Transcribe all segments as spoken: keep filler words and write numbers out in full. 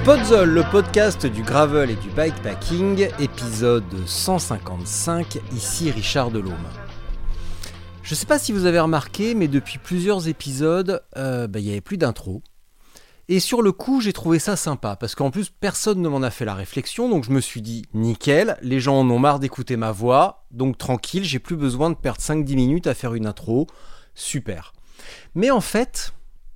Podzol, le podcast du gravel et du bikepacking, épisode cent cinquante-cinq, ici Richard Delhomme. Je sais pas si vous avez remarqué, mais depuis plusieurs épisodes, euh, bah, il n'y avait plus d'intro. Et sur le coup, j'ai trouvé ça sympa, parce qu'en plus, personne ne m'en a fait la réflexion, donc je me suis dit, nickel, les gens en ont marre d'écouter ma voix, donc tranquille, j'ai plus besoin de perdre cinq dix minutes à faire une intro, super. Mais en fait,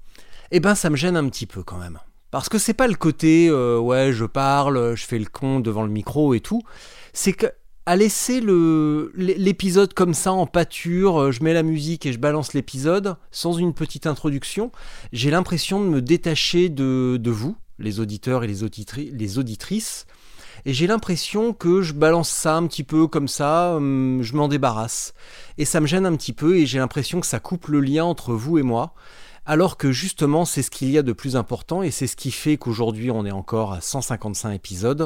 eh ben ça me gêne un petit peu quand même. Parce que c'est pas le côté, euh, ouais, je parle, je fais le con devant le micro et tout. C'est qu'à laisser le, l'épisode comme ça en pâture, je mets la musique et je balance l'épisode, sans une petite introduction, j'ai l'impression de me détacher de, de vous, les auditeurs et les, auditri- les auditrices. Et j'ai l'impression que je balance ça un petit peu comme ça, hum, je m'en débarrasse. Et ça me gêne un petit peu et j'ai l'impression que ça coupe le lien entre vous et moi. Alors que justement, c'est ce qu'il y a de plus important et c'est ce qui fait qu'aujourd'hui, on est encore à cent cinquante-cinq épisodes.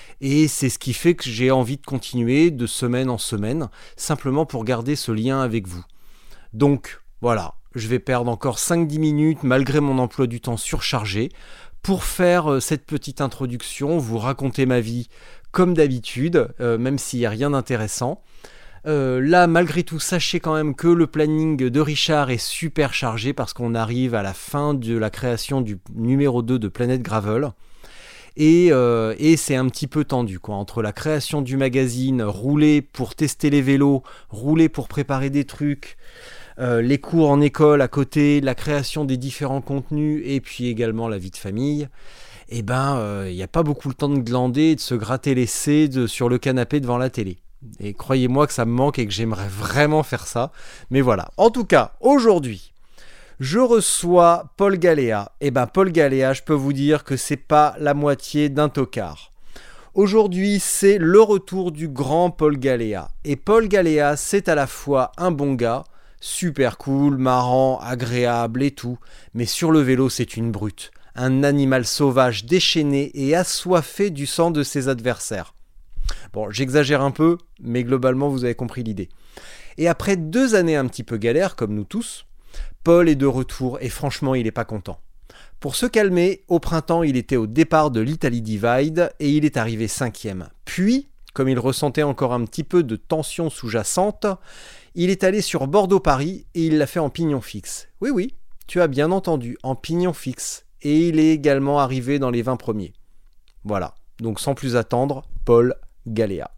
Et c'est ce qui fait que j'ai envie de continuer de semaine en semaine, simplement pour garder ce lien avec vous. Donc, voilà, je vais perdre encore cinq dix minutes, malgré mon emploi du temps surchargé, pour faire cette petite introduction, vous raconter ma vie comme d'habitude, euh, même s'il n'y a rien d'intéressant. Euh, là, malgré tout, sachez quand même que le planning de Richard est super chargé parce qu'on arrive à la fin de la création du numéro deux de Planète Gravel. Et, euh, et c'est un petit peu tendu, quoi. Entre la création du magazine, rouler pour tester les vélos, rouler pour préparer des trucs, euh, les cours en école à côté, la création des différents contenus et puis également la vie de famille, et ben, il euh, n'y a pas beaucoup le temps de glander et de se gratter les C de, sur le canapé devant la télé. Et croyez-moi que ça me manque et que j'aimerais vraiment faire ça. Mais voilà. En tout cas, aujourd'hui, je reçois Paul Galéa. Et ben Paul Galéa, je peux vous dire que c'est pas la moitié d'un tocard. Aujourd'hui, c'est le retour du grand Paul Galéa. Et Paul Galéa, c'est à la fois un bon gars, super cool, marrant, agréable et tout. Mais sur le vélo, c'est une brute. Un animal sauvage déchaîné et assoiffé du sang de ses adversaires. Bon, j'exagère un peu, mais globalement, vous avez compris l'idée. Et après deux années un petit peu galères, comme nous tous, Paul est de retour et franchement, il n'est pas content. Pour se calmer, au printemps, il était au départ de l'Italy Divide et il est arrivé cinquième. Puis, comme il ressentait encore un petit peu de tension sous-jacente, il est allé sur Bordeaux-Paris et il l'a fait en pignon fixe. Oui, oui, tu as bien entendu, en pignon fixe. Et il est également arrivé dans les vingt premiers. Voilà, donc sans plus attendre, Paul Galéa.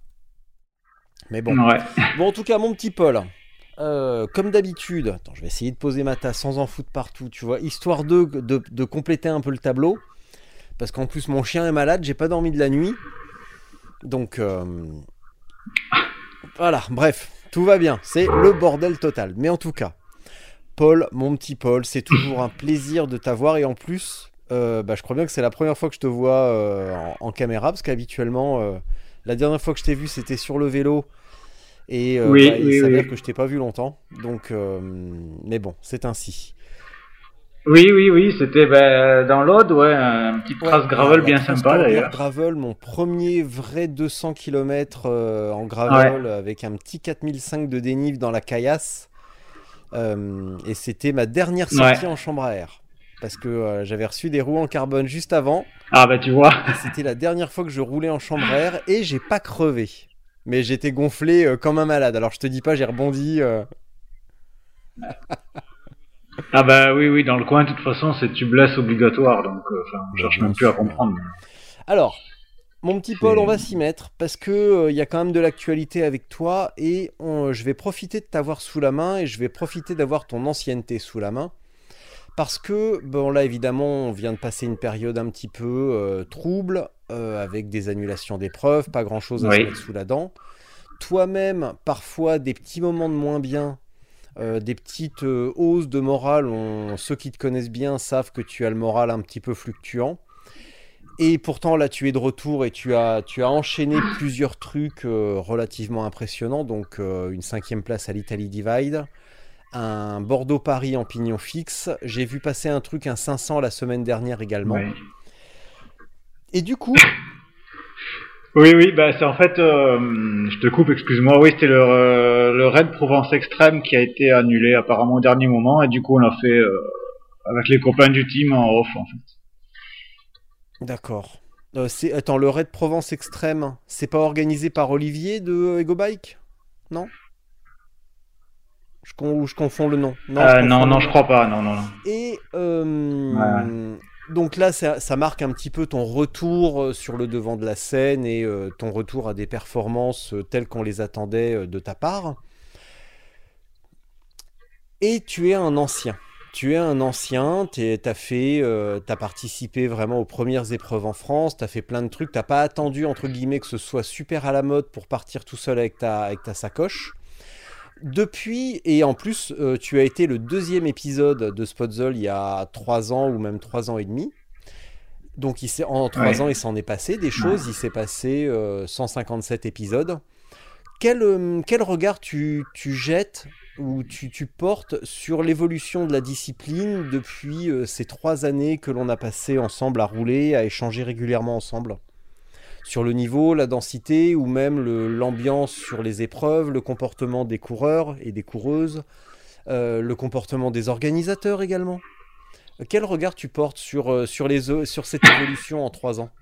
Mais bon. Ouais. Bon, en tout cas, mon petit Paul, euh, comme d'habitude, attends, je vais essayer de poser ma tasse sans en foutre partout, tu vois, histoire de, de, de compléter un peu le tableau, parce qu'en plus, mon chien est malade, j'ai pas dormi de la nuit, donc, euh, voilà, bref, tout va bien, c'est le bordel total, mais en tout cas, Paul, mon petit Paul, c'est toujours un plaisir de t'avoir, et en plus, euh, bah, je crois bien que c'est la première fois que je te vois euh, en, en caméra, parce qu'habituellement... Euh, la dernière fois que je t'ai vu, c'était sur le vélo. Et euh, Oui, bah, il oui, s'avère oui. que je t'ai pas vu longtemps. Donc, euh, mais bon, c'est ainsi. Oui, oui, oui, c'était ben, dans l'Aude, ouais, une petite Ouais, trace la, gravel la bien sympa Transcorder d'ailleurs. Gravel, mon premier vrai deux cents kilomètres euh, en Ouais, gravel avec un petit quatre mille cinq de dénive dans la caillasse. Euh, et c'était ma dernière ouais. sortie en chambre à air. Parce que euh, j'avais reçu des roues en carbone juste avant. Ah ben tu vois. Et c'était la dernière fois que je roulais en chambre à air et j'ai pas crevé. Mais j'étais gonflé euh, comme un malade. Alors je te dis pas, j'ai rebondi. Euh... Ah ben oui, oui, dans le coin, de toute façon, c'est tubeless obligatoire, donc euh, enfin, on Bah, cherche bien même plus à sûr. comprendre. Alors, mon petit Paul, on C'est... va s'y mettre parce que il euh, y a quand même de l'actualité avec toi et on- je vais profiter de t'avoir sous la main et je vais profiter d'avoir ton ancienneté sous la main. Parce que, bon là évidemment, on vient de passer une période un petit peu euh, trouble, euh, avec des annulations d'épreuves, pas grand chose à se Oui. mettre sous la dent. Toi-même, parfois des petits moments de moins bien, euh, des petites euh, hausses de morale. On- ceux qui te connaissent bien savent que tu as le moral un petit peu fluctuant. Et pourtant là tu es de retour et tu as, tu as enchaîné plusieurs trucs euh, relativement impressionnants. Donc euh, une cinquième place à l'Italy Divide, un Bordeaux-Paris en pignon fixe. J'ai vu passer un truc, un cinq cents la semaine dernière également. Oui. Et du coup, Oui, oui, bah c'est en fait, euh, je te coupe, excuse-moi. Oui, c'était le, euh, le Raid Provence Extrême qui a été annulé apparemment au dernier moment, et du coup on l'a fait euh, avec les copains du team en off en fait. D'accord. Euh, c'est... Attends, le Raid Provence Extrême, c'est pas organisé par Olivier de Ego Bike? Non? Je, con- ou je confonds le nom. Non, je Euh, confonds non, le non, je nom. crois pas, non, non, non. Et Ouais. euh, donc là, ça, ça marque un petit peu ton retour euh, sur le devant de la scène et euh, ton retour à des performances euh, telles qu'on les attendait euh, de ta part. Et tu es un ancien. Tu es un ancien, t'es- t'as fait, euh, t'as participé vraiment aux premières épreuves en France, t'as fait plein de trucs, t'as pas attendu entre guillemets que ce soit super à la mode pour partir tout seul avec ta, avec ta sacoche. Depuis, et en plus, euh, tu as été le deuxième épisode de Spotzel il y a trois ans ou même trois ans et demi. Donc il s'est, en trois Ouais. ans, il s'en est passé des Ouais. choses, il s'est passé euh, cent cinquante-sept épisodes. Quel, euh, quel regard tu, tu jettes ou tu, tu portes sur l'évolution de la discipline depuis euh, ces trois années que l'on a passé ensemble à rouler, à échanger régulièrement ensemble? Sur le niveau, la densité ou même le- l'ambiance sur les épreuves, le comportement des coureurs et des coureuses, euh, le comportement des organisateurs également. Quel regard tu portes sur, euh, sur, les, o- sur cette évolution en trois ans?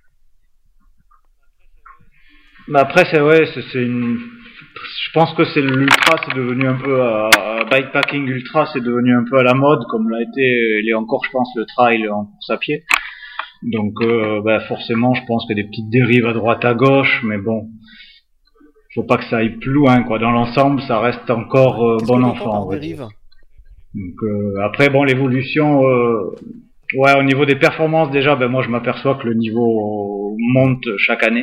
Mais après, c'est ouais, c'est c'est une. Je pense que c'est l'ultra, c'est devenu un peu euh, bikepacking ultra, c'est devenu un peu à la mode, comme l'a été, il est encore, je pense, le trail en course à pied. Donc, euh, bah, forcément, je pense qu'il y a des petites dérives à droite, à gauche, mais bon, faut pas que ça aille plus loin, quoi. Dans l'ensemble, ça reste Ouais. encore euh, Qu'est-ce que bon tu entends enfant, par on va dire. dérive? Donc, euh, après, bon, l'évolution, euh, ouais, au niveau des performances, déjà, ben moi, je m'aperçois que le niveau monte chaque année.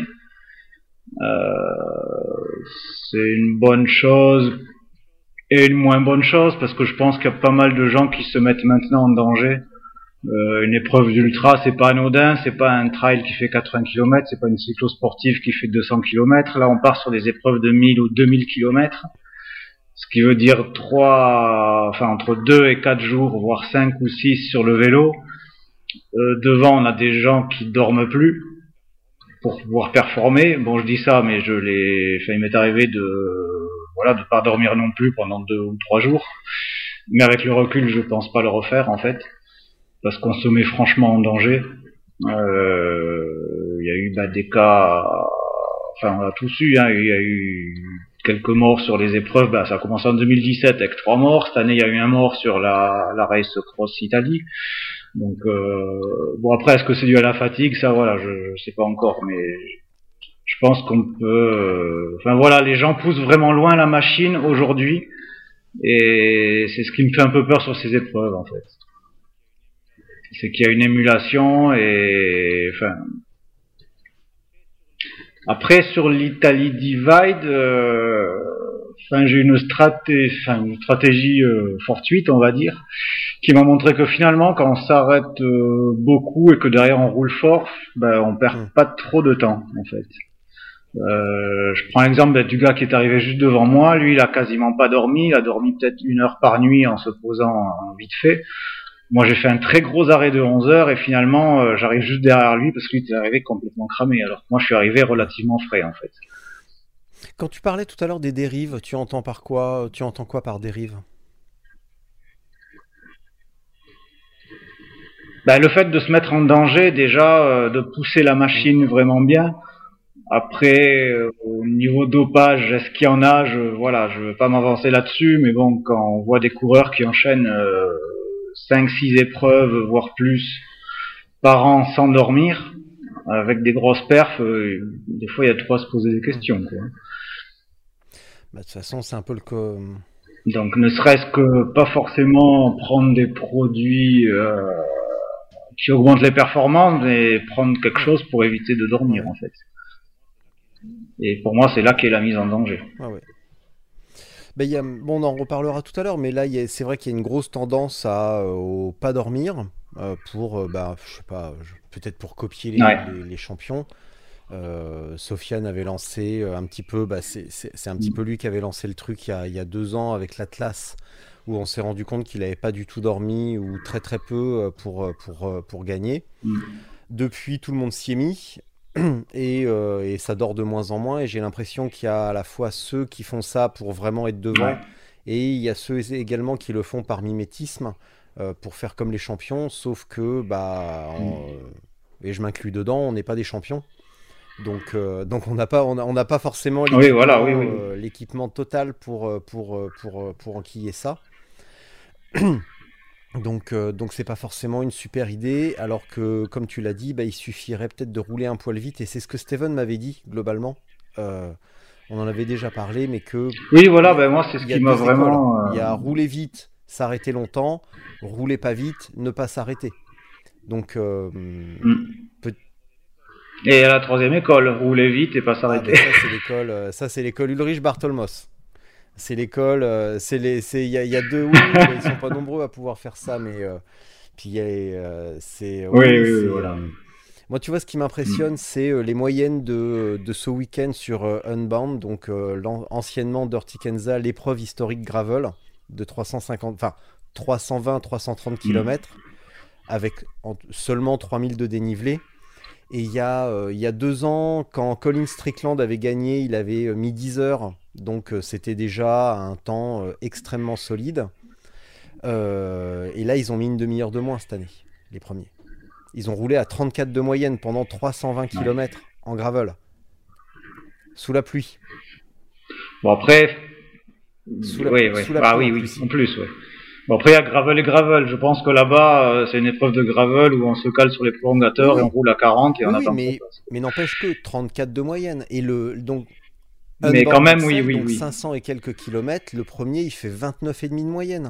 Euh, c'est une bonne chose et une moins bonne chose parce que je pense qu'il y a pas mal de gens qui se mettent maintenant en danger. Euh, une épreuve d'ultra, c'est pas anodin, c'est pas un trail qui fait quatre-vingts kilomètres, c'est pas une cyclo-sportive qui fait deux cents kilomètres. Là, on part sur des épreuves de mille ou deux mille kilomètres, ce qui veut dire trois, enfin entre deux et quatre jours, voire cinq ou six sur le vélo. Euh, devant, on a des gens qui dorment plus pour pouvoir performer. Bon, je dis ça, mais je l'ai, enfin, il m'est arrivé de, voilà, de pas dormir non plus pendant deux ou trois jours. Mais avec le recul, je pense pas le refaire en fait, parce qu'on se met franchement en danger. Euh, Il y a eu bah, des cas, enfin on a tous eu, hein, il y a eu quelques morts sur les épreuves. Bah, ça a commencé en deux mille dix-sept avec trois morts. Cette année, il y a eu un mort sur la, la Race Cross Italie. Donc euh, bon, après, est-ce que c'est dû à la fatigue? Ça, voilà, je, je sais pas encore, mais je pense qu'on peut. Euh, enfin voilà, les gens poussent vraiment loin la machine aujourd'hui, et c'est ce qui me fait un peu peur sur ces épreuves en fait. C'est qu'il y a une émulation et enfin. Après sur l'Italie Divide, euh, enfin j'ai une stratégie, enfin une stratégie euh, fortuite, on va dire, qui m'a montré que finalement, quand on s'arrête euh, beaucoup et que derrière on roule fort, ben on perd Hmm. pas trop de temps en fait. Euh, je prends l'exemple du gars qui est arrivé juste devant moi. Lui, il a quasiment pas dormi. Il a dormi peut-être une heure par nuit en se posant vite fait. Moi, j'ai fait un très gros arrêt de onze heures et finalement, euh, j'arrive juste derrière lui parce que lui était arrivé complètement cramé. Alors que moi, je suis arrivé relativement frais en fait. Quand tu parlais tout à l'heure des dérives, tu entends par quoi? Tu entends quoi par dérive? Ben, le fait de se mettre en danger, déjà, euh, de pousser la Hmm. machine vraiment bien. Après, euh, au niveau dopage, est-ce qu'il y en a? Je, voilà, je veux pas m'avancer là-dessus, mais bon, quand on voit des coureurs qui enchaînent euh, cinq six épreuves, voire plus, par an sans dormir, avec des grosses perfs, euh, des fois il y a de quoi se poser des Hmm. questions, quoi. Bah, de toute façon, c'est un peu le cas. Donc ne serait-ce que pas forcément prendre des produits euh, qui augmentent les performances, mais prendre quelque Hmm. chose pour éviter de dormir Ouais, en fait. Et pour moi c'est là qu'est la mise en danger. ouais, ouais. Bah, il y a, bon, on en reparlera tout à l'heure, mais là, il y a- c'est vrai qu'il y a une grosse tendance à euh, au pas dormir euh, pour, euh, bah, je sais pas, je- peut-être pour copier les, Ouais. les- les champions. Euh, Sofiane avait lancé euh, un petit peu, bah, c'est c'est- c'est un petit peu lui qui avait lancé le truc il y a, il y a deux ans avec l'Atlas, où on s'est rendu compte qu'il n'avait pas du tout dormi ou très très peu euh, pour, euh, pour, euh, pour gagner. Depuis, tout le monde s'y est mis. Et, euh, et ça dort de moins en moins. Et j'ai l'impression qu'il y a à la fois ceux qui font ça pour vraiment être Ouais. devant, et il y a ceux également qui le font par mimétisme, euh, pour faire comme les champions. Sauf que, bah, en- et je m'inclus dedans, on n'est pas des champions. Donc, euh, donc on n'a pas, on a, on n'a pas forcément Oui, l'équipement, voilà, oui, oui. euh, l'équipement total pour, euh, pour, euh, pour, euh, pour enquiller ça. Donc, euh, donc c'est pas forcément une super idée, alors que, comme tu l'as dit, bah, il suffirait peut-être de rouler un poil vite, et c'est ce que Steven m'avait dit, globalement. Euh, on en avait déjà parlé, mais que Oui, voilà, il y a, ben moi, c'est ce il y a qui m'a deux écoles. vraiment... Il y euh, a rouler vite, s'arrêter longtemps, rouler pas vite, ne pas s'arrêter. Donc, euh, hmm. peut- Et à la troisième école, rouler vite et pas ah, s'arrêter. ben ça c'est l'école, euh, ça c'est l'école Ulrich Bartholmos. C'est l'école, euh, c'est les, c'est, il y a, il y a deux, oui, oui, bah, ils sont pas nombreux à pouvoir faire ça, mais euh, puis il y a les, euh, c'est, Oui, oui, oui, oui, oui, c'est. voilà. euh, Moi, tu vois, ce qui Hmm. m'impressionne, c'est euh, les moyennes de, de ce week-end sur euh, Unbound, donc euh, l'an- anciennement Dirty Kenza, l'épreuve historique gravel de trois cent cinquante, enfin trois cent vingt trois cent trente Hmm. km, avec en- seulement trois mille de dénivelé. Et il y a, euh, il y a deux ans, quand Colin Strickland avait gagné, il avait euh, mis dix heures, donc euh, c'était déjà un temps euh, extrêmement solide. Euh, et là, ils ont mis une demi-heure de moins cette année, les premiers. Ils ont roulé à trente-quatre de moyenne pendant trois cent vingt Ouais. kilomètres en gravel, sous la pluie. Bon, après... Sous la, Oui, oui. sous la Ah pluie oui, en oui, plus. en plus, oui. Bon, après, il y a gravel et gravel. Je pense que là-bas, euh, c'est une épreuve de gravel où on se cale sur les Oui, prolongateurs et on oui, roule à quarante et oui, on oui, attend qu'on mais, passe. mais n'empêche que trente-quatre de moyenne. Et le, donc, Mais quand Unbound même, oui, X L, oui, donc oui. cinq cents et quelques kilomètres, le premier, il fait vingt-neuf virgule cinq de moyenne.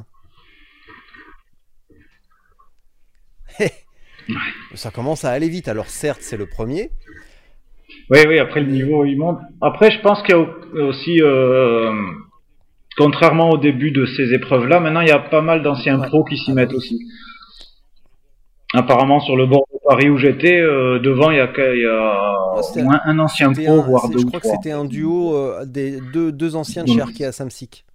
Ça commence à aller vite. Alors certes, c'est le premier, Oui, oui, après le mais niveau, il monte. Après, je pense qu'il y a aussi... Euh, contrairement au début de ces épreuves-là, maintenant, il y a pas mal d'anciens ouais. pros qui s'y Ah bah mettent oui. aussi. Apparemment, sur le bord de Paris où j'étais, euh, devant, il y, a, il y a Oh, au c'était, moins un ancien c'était pro, un, voire c'est, deux je ou crois que trois, en c'était un fait. duo euh, des deux, deux anciens de chez Donc, Arkea Samsic.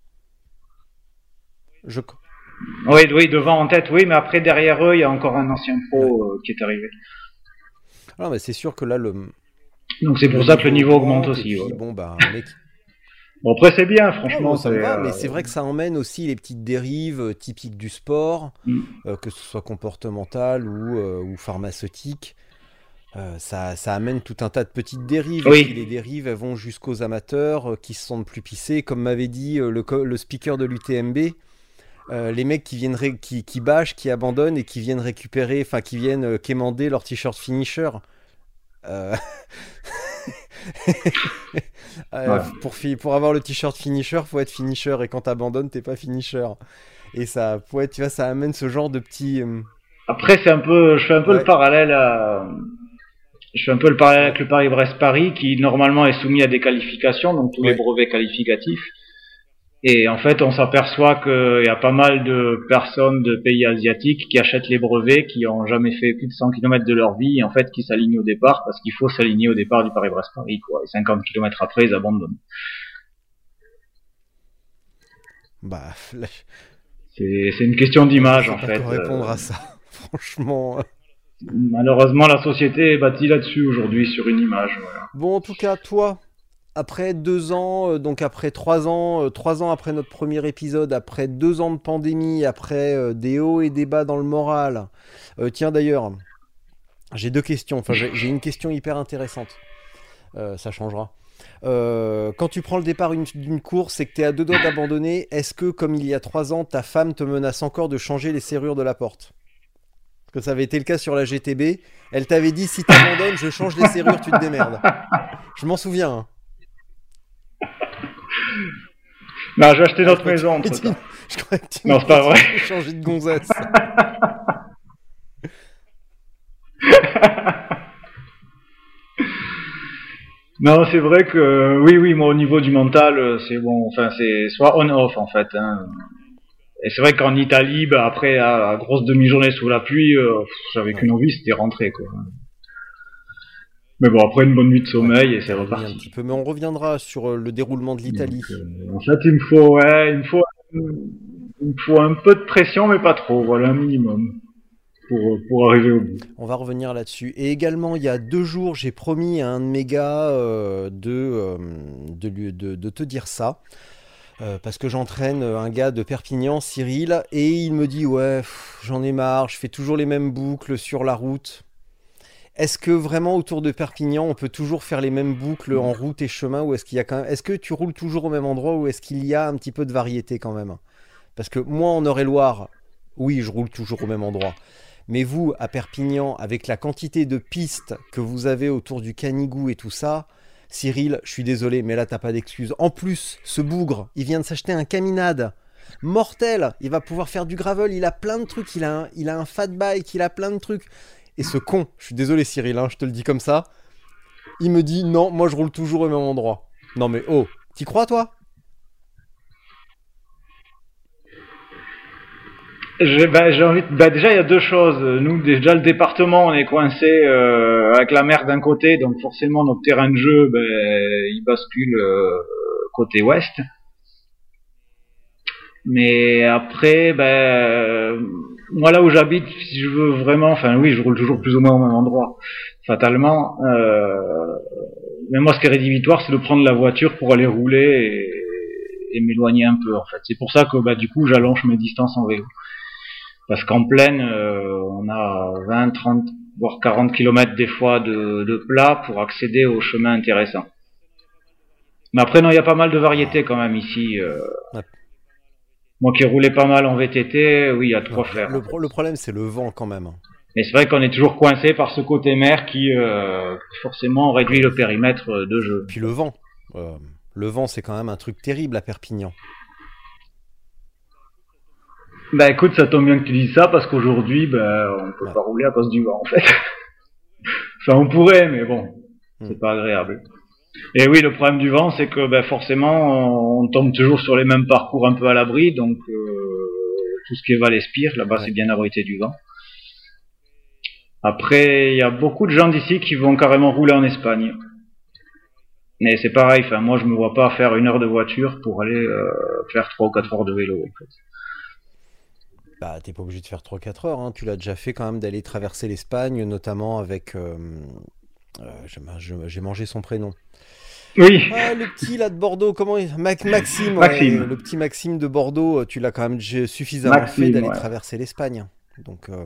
Je, oui, oui, devant en tête, oui, mais après, derrière eux, il y a encore un ancien ouais. pro euh, qui est arrivé. Alors, mais c'est sûr que là, le, Donc, c'est le pour ça que le niveau niveau augmente augmente, et aussi. puis Voilà. bon, bah, un mec. Bon, après, c'est bien, Ah, moi, franchement, c'est... ça me va, mais Euh... c'est vrai que ça emmène aussi les petites dérives euh, typiques du sport, mm. euh, que ce soit comportemental ou, euh, ou pharmaceutique. Euh, ça, ça amène tout un tas de petites dérives, et puis les Oui, dérives, elles vont jusqu'aux amateurs euh, qui se sentent plus pissés. Comme m'avait dit euh, le, co- le speaker de l'U T M B, euh, les mecs qui viennent ré- qui, qui bâchent, qui abandonnent et qui viennent récupérer, enfin qui viennent euh, quémander leur t-shirt finisher. Euh, euh, ouais. pour, fi- pour avoir le t-shirt finisher, faut être finisher, et quand t'abandonnes, t'es pas finisher. Et ça, ouais, tu vois, ça amène ce genre de petits. euh, Après, c'est un peu... Je fais un peu le Ouais, parallèle à... Je fais un peu le parallèle ouais, avec le Paris-Brest-Paris, qui normalement est soumis à des qualifications, donc tous les ouais. brevets qualificatifs. Et en fait, on s'aperçoit qu'il y a pas mal de personnes de pays asiatiques qui achètent les brevets, qui ont jamais fait plus de cent kilomètres de leur vie, et en fait, qui s'alignent au départ, parce qu'il faut s'aligner au départ du Paris-Brest-Paris, quoi. Et cinquante kilomètres après, ils abandonnent. Bah, là, C'est, c'est une question je d'image, sais en pas quoi fait. répondre Euh, à ça. Franchement. euh. malheureusement, la société est bâtie là-dessus aujourd'hui, sur une image, voilà. Bon, en tout cas, toi, après deux ans, euh, donc après trois ans, euh, trois ans après notre premier épisode, après deux ans de pandémie, après euh, des hauts et des bas dans le moral. Euh, tiens, d'ailleurs, j'ai deux questions. Enfin, j'ai j'ai une question hyper intéressante. Euh, ça changera. Euh, quand tu prends le départ une- d'une course et que tu es à deux doigts d'abandonner, est-ce que, comme il y a trois ans, ta femme te menace encore de changer les serrures de la porte? Parce que ça avait été le cas sur la G T B. Elle t'avait dit, si t'abandonnes, je change les serrures, tu te démerdes. Je m'en souviens. Hein. Non, j'ai acheté Ah, je notre crois que tu maison, m'avais entre dit, temps. je crois que tu Non, c'est m'avais pas dit vrai. de changer de gonzesse. Non, c'est vrai que oui, oui, moi au niveau du mental, euh, c'est bon, enfin c'est soit on-off en fait. Hein. Et c'est vrai qu'en Italie, bah, après à, à grosse demi-journée sous la pluie, euh, pff, j'avais Ouais, qu'une envie, c'était rentrer quoi. Mais bon, après une bonne nuit de ouais, sommeil et t'es c'est revenu un reparti. petit peu. Mais on reviendra sur euh, le déroulement de Donc l'Italie. euh, en fait, il me faut, ouais, il me faut, il me faut un peu de pression, mais pas trop, voilà un minimum pour pour arriver au bout. On va revenir là-dessus. Et également, il y a deux jours, j'ai promis à un de mes gars euh, de, euh, de, lui- de- de te dire ça. Euh, parce que j'entraîne un gars de Perpignan, Cyril, et il me dit, ouais, pff, j'en ai marre, je fais toujours les mêmes boucles sur la route. Est-ce que vraiment autour de Perpignan, on peut toujours faire les mêmes boucles en route et chemin, ou est-ce qu'il y a quand même... Est-ce que tu roules toujours au même endroit, ou est-ce qu'il y a un petit peu de variété quand même? Parce que moi, en Eure-et-Loire, oui, je roule toujours au même endroit. Mais vous, à Perpignan, avec la quantité de pistes que vous avez autour du Canigou et tout ça, Cyril, je suis désolé, mais là, t'as pas d'excuse. En plus, ce bougre, il vient de s'acheter un caminade mortel. Il va pouvoir faire du gravel, il a plein de trucs, il a un, il a un fat bike, il a plein de trucs. Et ce con, je suis désolé Cyril, hein, je te le dis comme ça, il me dit non, moi je roule toujours au même endroit. Non mais oh, t'y crois toi? J'ai bah, j'ai envie de- bah, déjà il y a deux choses. Nous déjà le département on est coincé euh, avec la mer d'un côté, donc forcément notre terrain de jeu ben, il bascule euh, côté ouest. Mais après ben euh, moi là où j'habite, si je veux vraiment, enfin oui je roule toujours plus ou moins au même endroit. Fatalement, euh, mais moi ce qui est rédhibitoire c'est de prendre la voiture pour aller rouler et, et m'éloigner un peu en fait. C'est pour ça que bah du coup j'allonge mes distances en vélo. Parce qu'en plaine, euh, on a vingt, trente, voire quarante kilomètres des fois de, de plat pour accéder aux chemins intéressants. Mais après, non, il y a pas mal de variétés quand même ici. Euh, Ouais. moi qui roulais pas mal en V T T, oui, il y a de quoi Non, faire. le, pro- le problème c'est le vent quand même. Mais c'est vrai qu'on est toujours coincé par ce côté mer qui, euh, forcément, réduit le périmètre de jeu. Puis le vent. Euh, le vent c'est quand même un truc terrible à Perpignan. Bah écoute, ça tombe bien que tu dises ça parce qu'aujourd'hui, bah, on peut Ouais. pas rouler à cause du vent en fait. Enfin, on pourrait, mais bon, Hmm. c'est pas agréable. Et oui, le problème du vent, c'est que ben, forcément, on tombe toujours sur les mêmes parcours un peu à l'abri, donc euh, tout ce qui est Val-Espire, là-bas, Ouais. c'est bien abrité du vent. Après, il y a beaucoup de gens d'ici qui vont carrément rouler en Espagne. Mais c'est pareil, enfin, moi, je me vois pas faire une heure de voiture pour aller euh, faire trois ou quatre heures de vélo, en fait. Bah t'es pas obligé de faire trois quatre heures, hein. Tu l'as déjà fait quand même d'aller traverser l'Espagne, notamment avec... euh, euh, j'ai j'ai- j'ai mangé son prénom. Oui, Ah, le petit là de Bordeaux, comment il... Mac- Maxime, ouais, Maxime. le petit Maxime de Bordeaux, tu l'as quand même déjà suffisamment fait Maxime, d'aller ouais. traverser l'Espagne. Donc, euh,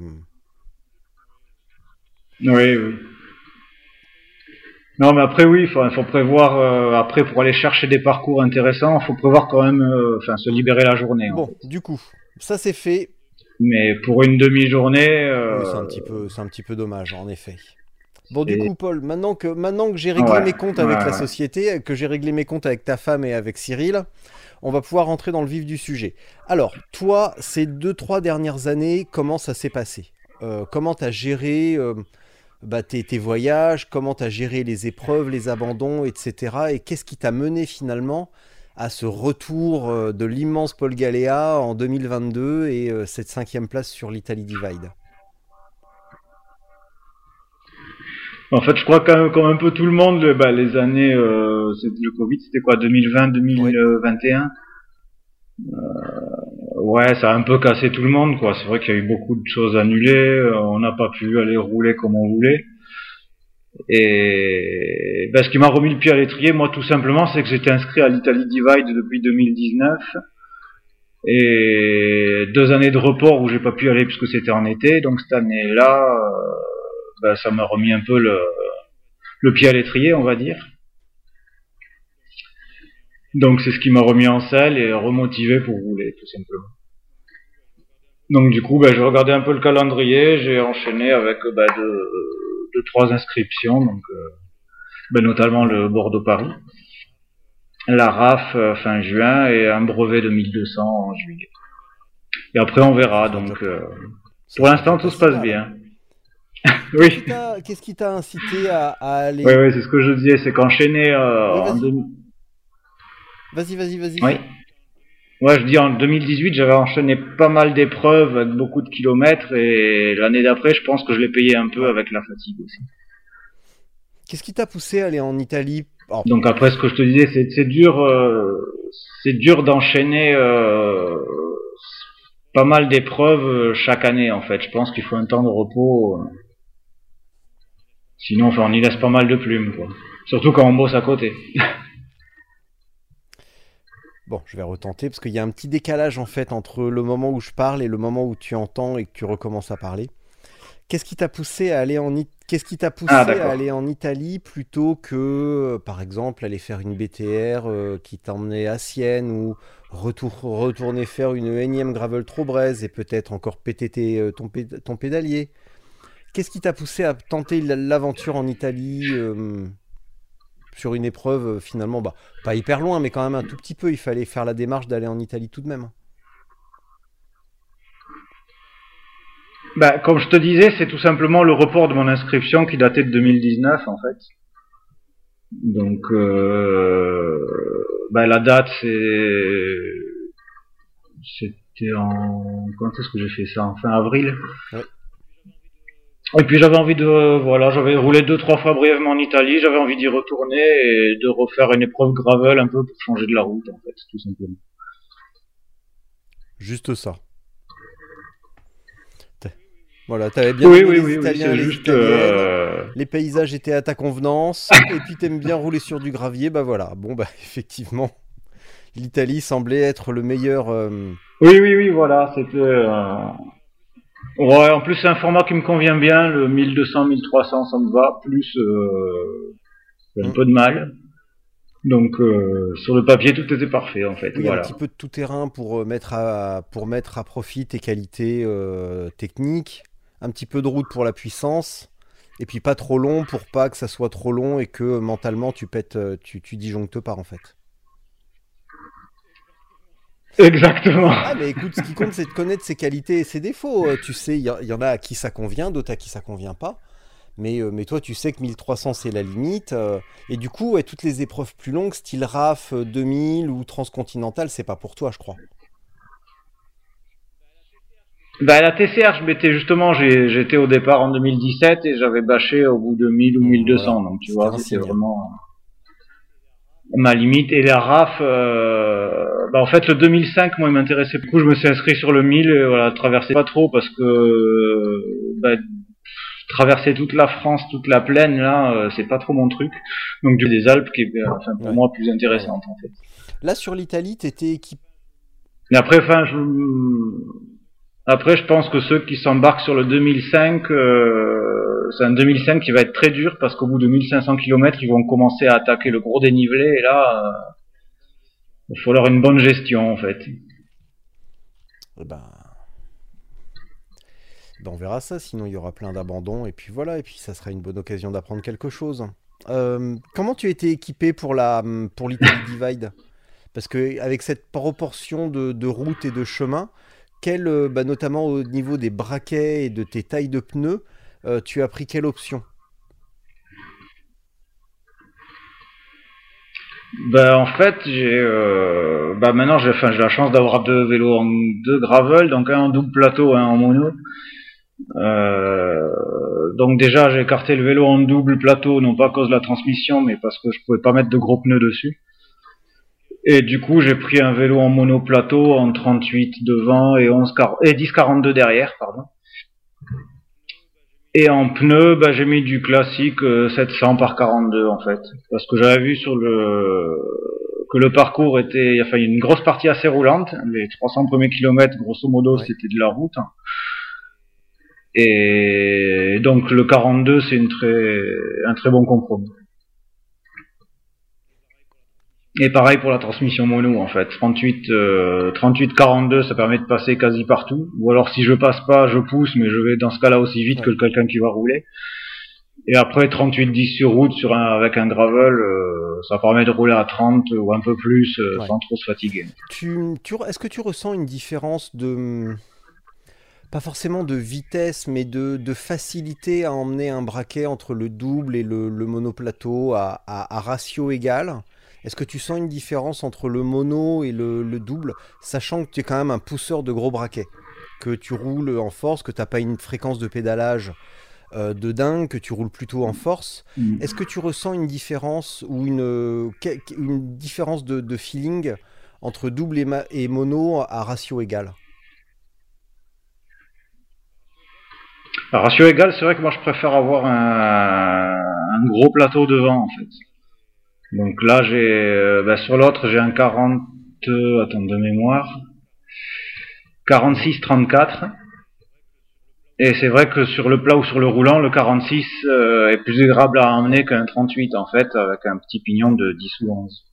Oui, oui. Non, mais après, oui, il faut, faut prévoir, euh, après, pour aller chercher des parcours intéressants, il faut prévoir quand même, euh, enfin, se libérer la journée, en bon, fait. du coup, ça c'est fait. Mais pour une demi-journée, Oui, c'est euh, un petit peu, c'est un petit peu dommage, en effet. Bon, du c'est... coup, Paul, maintenant que, maintenant que j'ai réglé Ouais, mes comptes ouais, avec la ouais. société, que j'ai réglé mes comptes avec ta femme et avec Cyril, on va pouvoir rentrer dans le vif du sujet. Alors, toi, ces deux, trois dernières années, comment ça s'est passé? Euh, comment t'as géré euh, bah, tes, tes voyages? Comment t'as géré les épreuves, les abandons, et cetera. Et qu'est-ce qui t'a mené finalement à ce retour euh, de l'immense Paul Galéa en deux mille vingt-deux et euh, cette cinquième place sur l'Italie Divide? En fait, je crois que comme un peu tout le monde, le- bah, les années, euh, c'est- le Covid, c'était quoi, deux mille vingt, Oui, deux mille vingt et un? Ouais, ça a un peu cassé tout le monde, quoi. C'est vrai qu'il y a eu beaucoup de choses annulées, euh, on n'a pas pu aller rouler comme on voulait. Et bah, ce qui m'a remis le pied à l'étrier, moi, tout simplement, c'est que j'étais inscrit à l'Italie Divide depuis deux mille dix-neuf. Et deux années de report où j'ai pas pu aller puisque c'était en été. Donc cette année-là, euh, bah, ça m'a remis un peu le, le pied à l'étrier, on va dire. Donc c'est ce qui m'a remis en selle et remotivé pour rouler, tout simplement. Donc du coup, bah, j'ai regardé un peu le calendrier, j'ai enchaîné avec bah, deux, deux, trois inscriptions, donc euh, bah, notamment le Bordeaux-Paris, la R A F euh, fin juin et un brevet de mille deux cents en juillet. Et après on ça verra, sera déjà, donc euh, ça pour sera l'instant déjà tout pas se si passe mal. bien. Qu'est-ce qui Oui, t'a, qu'est-ce qui t'a incité à, à oui, aller... oui, c'est ce que je disais, c'est qu'enchaîner euh, Oui, en vas-y, deux mille... vas-y, vas-y, Oui, vas-y. ouais, je dis en deux mille dix-huit, j'avais enchaîné pas mal d'épreuves avec beaucoup de kilomètres et l'année d'après, je pense que je l'ai payé un peu Ouais. avec la fatigue aussi. Qu'est-ce qui t'a poussé à aller en Italie? Oh, Donc après, ce que je te disais, c'est, c'est dur, euh, c'est dur d'enchaîner euh, pas mal d'épreuves euh, chaque année en fait. Je pense qu'il faut un temps de repos, euh, sinon, enfin, on y laisse pas mal de plumes, quoi. Surtout quand on bosse à côté. bon, je vais retenter parce qu'il y a un petit décalage en fait entre le moment où je parle et le moment où tu entends et que tu recommences à parler. Qu'est-ce qui t'a poussé à aller en It- Qu'est-ce qui t'a poussé Ah, à d'accord. aller en Italie plutôt que, euh, par exemple, aller faire une B T R euh, qui t'emmenait à Sienne ou retour- retourner faire une énième gravel trop braise et peut-être encore péter tes, euh, ton, pé- ton pédalier? Qu'est-ce qui t'a poussé à tenter l- l'aventure en Italie euh, sur une épreuve euh, finalement, bah, pas hyper loin, mais quand même un tout petit peu. Il fallait faire la démarche d'aller en Italie tout de même. Bah, comme je te disais, c'est tout simplement le report de mon inscription qui datait de Hmm. deux mille dix-neuf, en fait. Donc, euh, bah, la date, c'est, c'était en, quand est-ce que j'ai fait ça? En fin avril. Ouais. Et puis j'avais envie de, voilà, j'avais roulé deux, trois fois brièvement en Italie, j'avais envie d'y retourner et de refaire une épreuve gravel un peu pour changer de la route, en fait, tout simplement. Juste ça. T'as- Voilà, t'avais bien Oui, aimé oui, les oui, oui, Italiens, c'est les juste, Italiennes, euh, les paysages étaient à ta convenance, et puis t'aimes bien rouler sur du gravier, bah voilà. Bon, bah effectivement, l'Italie semblait être le meilleur. euh, oui, oui, oui, voilà, c'était, euh, ouais, en plus c'est un format qui me convient bien, le mille deux cents, mille trois cents, ça me va, plus, euh, j'ai un hmm. peu de mal. Donc, euh, sur le papier, tout était parfait, en fait, Oui, un voilà. petit peu de tout-terrain pour euh, mettre à, pour mettre à profit tes qualités euh, techniques, un petit peu de route pour la puissance, et puis pas trop long pour pas que ça soit trop long et que euh, mentalement tu pètes, euh, tu, tu disjonctes pas en fait. Exactement. Ah, mais écoute, ce qui compte, c'est de connaître ses qualités et ses défauts. Euh, Tu sais, il y, a- il y en a à qui ça convient, d'autres à qui ça convient pas. Mais, euh, mais toi, tu sais que mille trois cents, c'est la limite. euh, et du coup, ouais, toutes les épreuves plus longues, style R A F euh, deux mille ou transcontinental, c'est pas pour toi, je crois. Bah, la T C R, je m'étais justement, j'ai, j'étais au départ en deux mille dix-sept et j'avais bâché au bout de mille ou Hmm, voilà, mille deux cents, donc tu c'était vois, un c'était signe. vraiment ma limite. Et la R A F, euh, bah, en fait, le deux mille cinq, moi, il m'intéressait beaucoup. Je me suis inscrit sur le mille, et voilà, traversais pas trop parce que, bah, traverser toute la France, toute la plaine, là, euh, c'est pas trop mon truc. Donc, du des Alpes qui est, euh, enfin, pour Ouais, moi, plus ouais, ouais. intéressante, en fait. Là, sur l'Italie, t'étais équipé. Mais après, enfin, je, après, je pense que ceux qui s'embarquent sur le deux mille cinq, euh, c'est un deux mille cinq qui va être très dur parce qu'au bout de mille cinq cents kilomètres, ils vont commencer à attaquer le gros dénivelé et là, euh, il faut leur une bonne gestion, en fait. Eh ben, ben, on verra ça, sinon il y aura plein d'abandons. Et puis voilà, et puis ça sera une bonne occasion d'apprendre quelque chose. Euh, comment tu étais équipé pour la, pour l'Italie Divide? Parce que avec cette proportion de, de routes et de chemins, quelle, euh, bah, notamment au niveau des braquets et de tes tailles de pneus, euh, tu as pris quelle option? Ben, en fait, j'ai, euh, bah, maintenant, j'ai, enfin, j'ai la chance d'avoir deux vélos en deux gravel, donc un en double plateau, un en mono. Euh, donc déjà, j'ai écarté le vélo en double plateau, non pas à cause de la transmission, mais parce que je pouvais pas mettre de gros pneus dessus. Et du coup, j'ai pris un vélo en monoplateau en trente-huit devant et onze et dix quarante-deux derrière, pardon. Et en pneus, bah, j'ai mis du classique euh, sept cents par quarante-deux en fait, parce que j'avais vu sur le que le parcours était, enfin, il y a une grosse partie assez roulante. Les trois cents premiers kilomètres, grosso modo, Ouais. c'était de la route. Et donc le quarante-deux, c'est une très, un très bon compromis. Et pareil pour la transmission mono en fait. trente-huit, euh, trente-huit quarante-deux, ça permet de passer quasi partout. Ou alors si je passe pas, je pousse, mais je vais dans ce cas-là aussi vite Ouais. que quelqu'un qui va rouler. Et après trente-huit dix sur route sur un, avec un gravel, euh, ça permet de rouler à trente ou un peu plus euh, Ouais. sans trop se fatiguer. Tu, tu, est-ce que tu ressens une différence de, pas forcément de vitesse, mais de, de facilité à emmener un braquet entre le double et le, le monoplateau à, à, à ratio égal? Est-ce que tu sens une différence entre le mono et le, le double, sachant que tu es quand même un pousseur de gros braquets, que tu roules en force, que tu n'as pas une fréquence de pédalage euh, de dingue, que tu roules plutôt en force? Mm. Est-ce que tu ressens une différence ou une, une différence de, de feeling entre double et, ma- et mono à ratio égal? À ratio égal, c'est vrai que moi je préfère avoir un, un gros plateau devant en fait. Donc là j'ai, euh, bah, sur l'autre j'ai un quarante, attends de mémoire, Mhm. quarante-six trente-quatre. Et c'est vrai que sur le plat ou sur le roulant, le quarante-six euh, est plus agréable à emmener qu'un trente-huit en fait, avec un petit pignon de dix ou onze.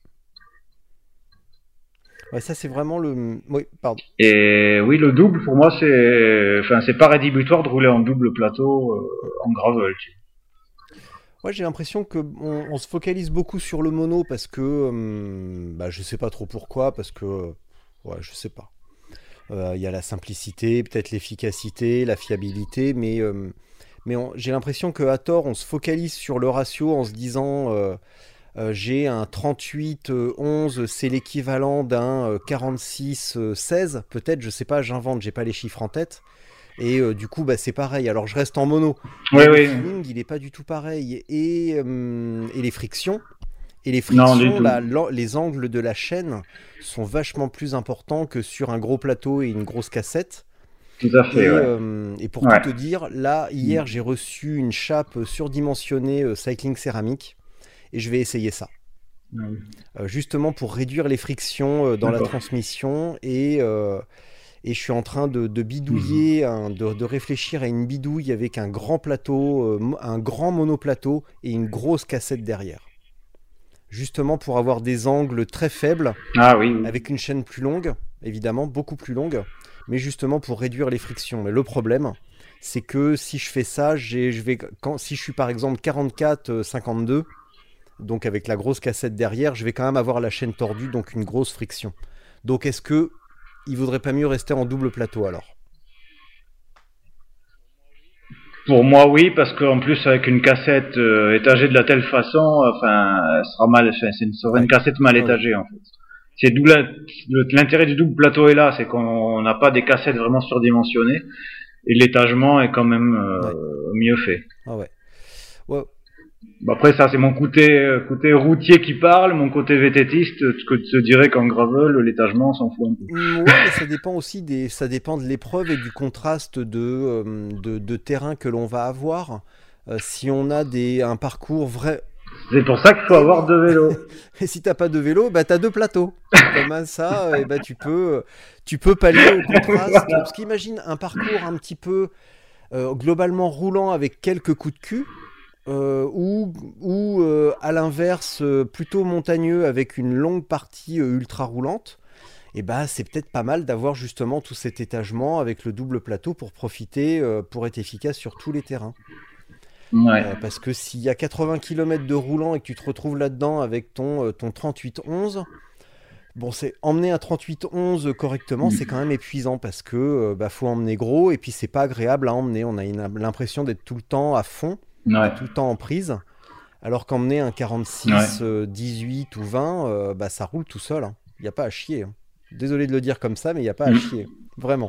Ouais, ça c'est vraiment le. Oui, pardon. Et oui, le double pour moi c'est, enfin c'est pas rédhibitoire de rouler en double plateau euh, en gravel. Ouais, j'ai l'impression que on, on se focalise beaucoup sur le mono parce que, hum, bah, je sais pas trop pourquoi, parce que, ouais, je sais pas. Euh, Il y a la simplicité, peut-être l'efficacité, la fiabilité, mais, euh, mais on- j'ai l'impression qu'à tort, on se focalise sur le ratio en se disant euh, euh, j'ai un trente-huit euh, onze, c'est l'équivalent d'un euh, quarante-six euh, seize, peut-être, je sais pas, j'invente, j'ai pas les chiffres en tête. Et euh, du coup, bah, c'est pareil. Alors, je reste en mono, Oui, mais le oui, feeling, il est pas du tout pareil. Et, euh, et les frictions, et les non du frictions, tout. la- la- les angles de la chaîne sont vachement plus importants que sur un gros plateau et une grosse cassette. Tout à fait, Et, ouais. euh, et pour tout Ouais. te dire, là, hier, j'ai reçu une chape surdimensionnée euh, cycling céramique et je vais essayer ça. Ouais. Euh, justement pour réduire les frictions euh, dans la D'accord. transmission et, euh, et je suis en train de, de Mhm. bidouiller, un- de, de réfléchir à une bidouille avec un grand plateau, euh, mo- un grand monoplateau et une grosse cassette derrière. Justement pour avoir des angles très faibles, Ah oui, oui. avec une chaîne plus longue, évidemment, beaucoup plus longue, mais justement pour réduire les frictions. Mais le problème, c'est que si je fais ça, j'ai, je vais, quand, si je suis par exemple quarante-quatre cinquante-deux, donc avec la grosse cassette derrière, je vais quand même avoir la chaîne tordue, donc une grosse friction. Donc est-ce que il vaudrait pas mieux rester en double plateau alors? Pour moi, oui, parce qu'en plus, avec une cassette euh, étagée de la telle façon, enfin, elle sera mal, enfin, c'est une, sera une Ouais, cassette mal ouais, ouais, étagée, en fait. C'est d'où la- le- l'intérêt du double plateau est là, c'est qu'on n'a pas des cassettes vraiment surdimensionnées, et l'étagement est quand même ouais, euh, mieux fait. ah ouais. Ouais, Bon, après, ça, c'est mon côté, euh, côté routier qui parle, mon côté vététiste, ce que tu te dirais qu'en gravel, l'étagement, on s'en fout un peu. mm, ouais, mais ça dépend aussi des, ça dépend de l'épreuve et du contraste de, euh, de, de terrain que l'on va avoir. Euh, si on a des, un parcours vrai, C'est pour ça qu'il faut eh avoir oui. deux vélos. Et si t'as pas de vélo, bah t'as deux plateaux. Comme ça, et bah tu peux, tu peux pallier au contraste. Voilà. Parce qu'imagine un parcours un petit peu euh, globalement roulant avec quelques coups de cul, euh, ou, ou euh, à l'inverse euh, plutôt montagneux avec une longue partie euh, ultra roulante. Et bah c'est peut-être pas mal d'avoir justement tout cet étagement avec le double plateau pour profiter, euh, pour être efficace sur tous les terrains. Ouais. Euh, parce que s'il y a quatre-vingts kilomètres de roulant et que tu te retrouves là-dedans avec ton, euh, ton trente-huit onze, bon, c'est emmener un trente-huit onze correctement, c'est quand même épuisant parce que euh, bah, faut emmener gros et puis c'est pas agréable à emmener. On a une- l'impression d'être tout le temps à fond et Ouais. tout le temps en prise, alors qu'emmener un Ouais. quarante-six, euh, dix-huit ou vingt, euh, bah, ça roule tout seul. Il n'y a pas à chier, hein. Désolé de le dire comme ça, mais il n'y a pas à Mm. chier. Vraiment.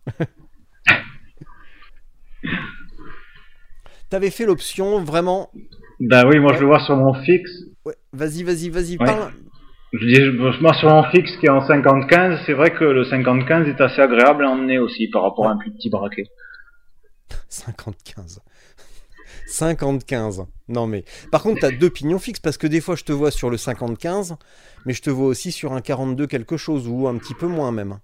T'avais fait l'option vraiment. Ben oui, moi je Ouais, le vois sur mon fixe. ouais, vas-y, vas-y, vas-y, Oui. parle. Je dis, moi sur mon fixe qui est en cinquante quinze, c'est vrai que le cinquante quinze est assez agréable à emmener aussi par rapport Ouais, à un plus petit braquet. cinquante-quinze. cinquante-quinze. Non mais, par contre, t'as deux pignons fixes parce que des fois je te vois sur le cinquante-quinze, mais je te vois aussi sur un quarante-deux quelque chose ou un petit peu moins même.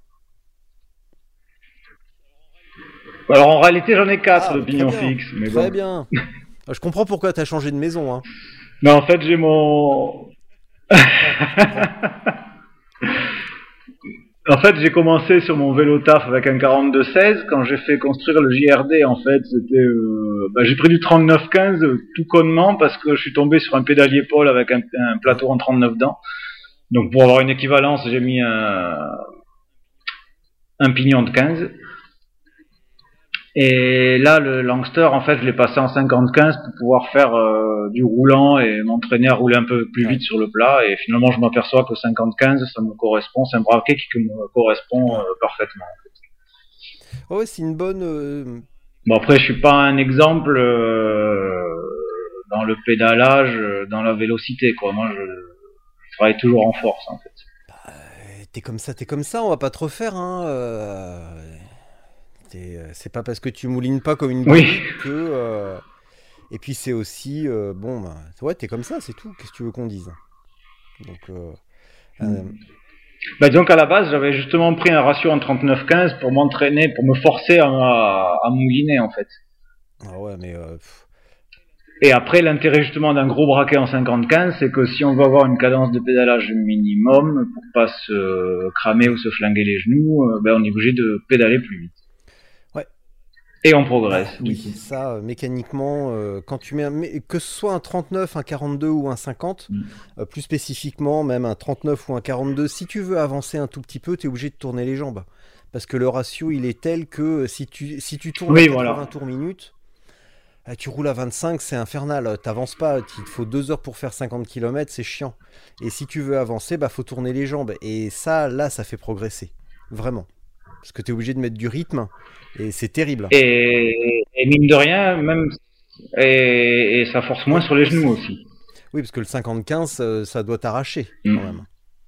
Alors en réalité j'en ai quatre Ah, de bah, très pignons bien, fixes, mais très bon. bien. Ah, je comprends pourquoi t'as changé de maison, hein. Mais en fait j'ai mon... Je comprends, je comprends. En fait j'ai commencé sur mon vélo taf avec un quarante-deux seize. Quand j'ai fait construire le J R D en fait c'était... Euh... Bah, j'ai pris du trente-neuf quinze euh, tout connement parce que je suis tombé sur un pédalier Paul avec un, un Ouais. plateau en trente-neuf dents. Donc pour avoir une équivalence j'ai mis un, un pignon de quinze. Et là, le Langster, en fait, je l'ai passé en cinquante quinze pour pouvoir faire euh, du roulant et m'entraîner à rouler un peu plus Ouais, vite sur le plat. Et finalement, je m'aperçois que cinquante quinze, ça me correspond. C'est un braquet qui me correspond euh, ouais. parfaitement. Ouais, ouais, c'est une bonne. euh, Bon, après, je suis pas un exemple euh, dans le pédalage, euh, dans la vélocité, quoi. Moi, je, je travaille toujours en force, en fait. euh, T'es comme ça, t'es comme ça, on va pas te refaire, hein. euh, t'es- euh, C'est pas parce que tu moulines pas comme une Oui. bride que. euh, Et puis c'est aussi. euh, Bon, bah, ouais, t'es comme ça, c'est tout. Qu'est-ce que tu veux qu'on dise? Donc. euh, euh, Bah, donc à la base, j'avais justement pris un ratio en trente-neuf quinze pour m'entraîner, pour me forcer à, à, à mouliner en fait. Ah ouais, mais euh, Et après, l'intérêt justement d'un gros braquet en cinquante quinze, c'est que si on veut avoir une cadence de pédalage minimum pour pas se cramer ou se flinguer les genoux, euh, ben on est obligé de pédaler plus vite. ouais. Et on Bah progresse. Du oui, coup. ça, euh, mécaniquement, euh, quand tu mets un, mais que ce soit un trente-neuf, un quarante-deux ou un cinquante, euh, plus spécifiquement, même un trente-neuf ou un quarante-deux, si tu veux avancer un tout petit peu, tu es obligé de tourner les jambes. Parce que le ratio, il est tel que euh, si tu, si tu tournes à Oui, quatre-vingts voilà. tours minute, euh, tu roules à vingt-cinq, c'est infernal. T'avances pas, il te faut deux heures pour faire cinquante kilomètres, c'est chiant. Et si tu veux avancer, bah faut tourner les jambes. Et ça, là, ça fait progresser. Vraiment. Parce que tu es obligé de mettre du rythme, et c'est terrible. Et, et mine de rien, même et, et ça force moins Oui, sur les genoux aussi. aussi. Oui, parce que le cinquante-quinze, euh, ça doit t'arracher quand Mm. même.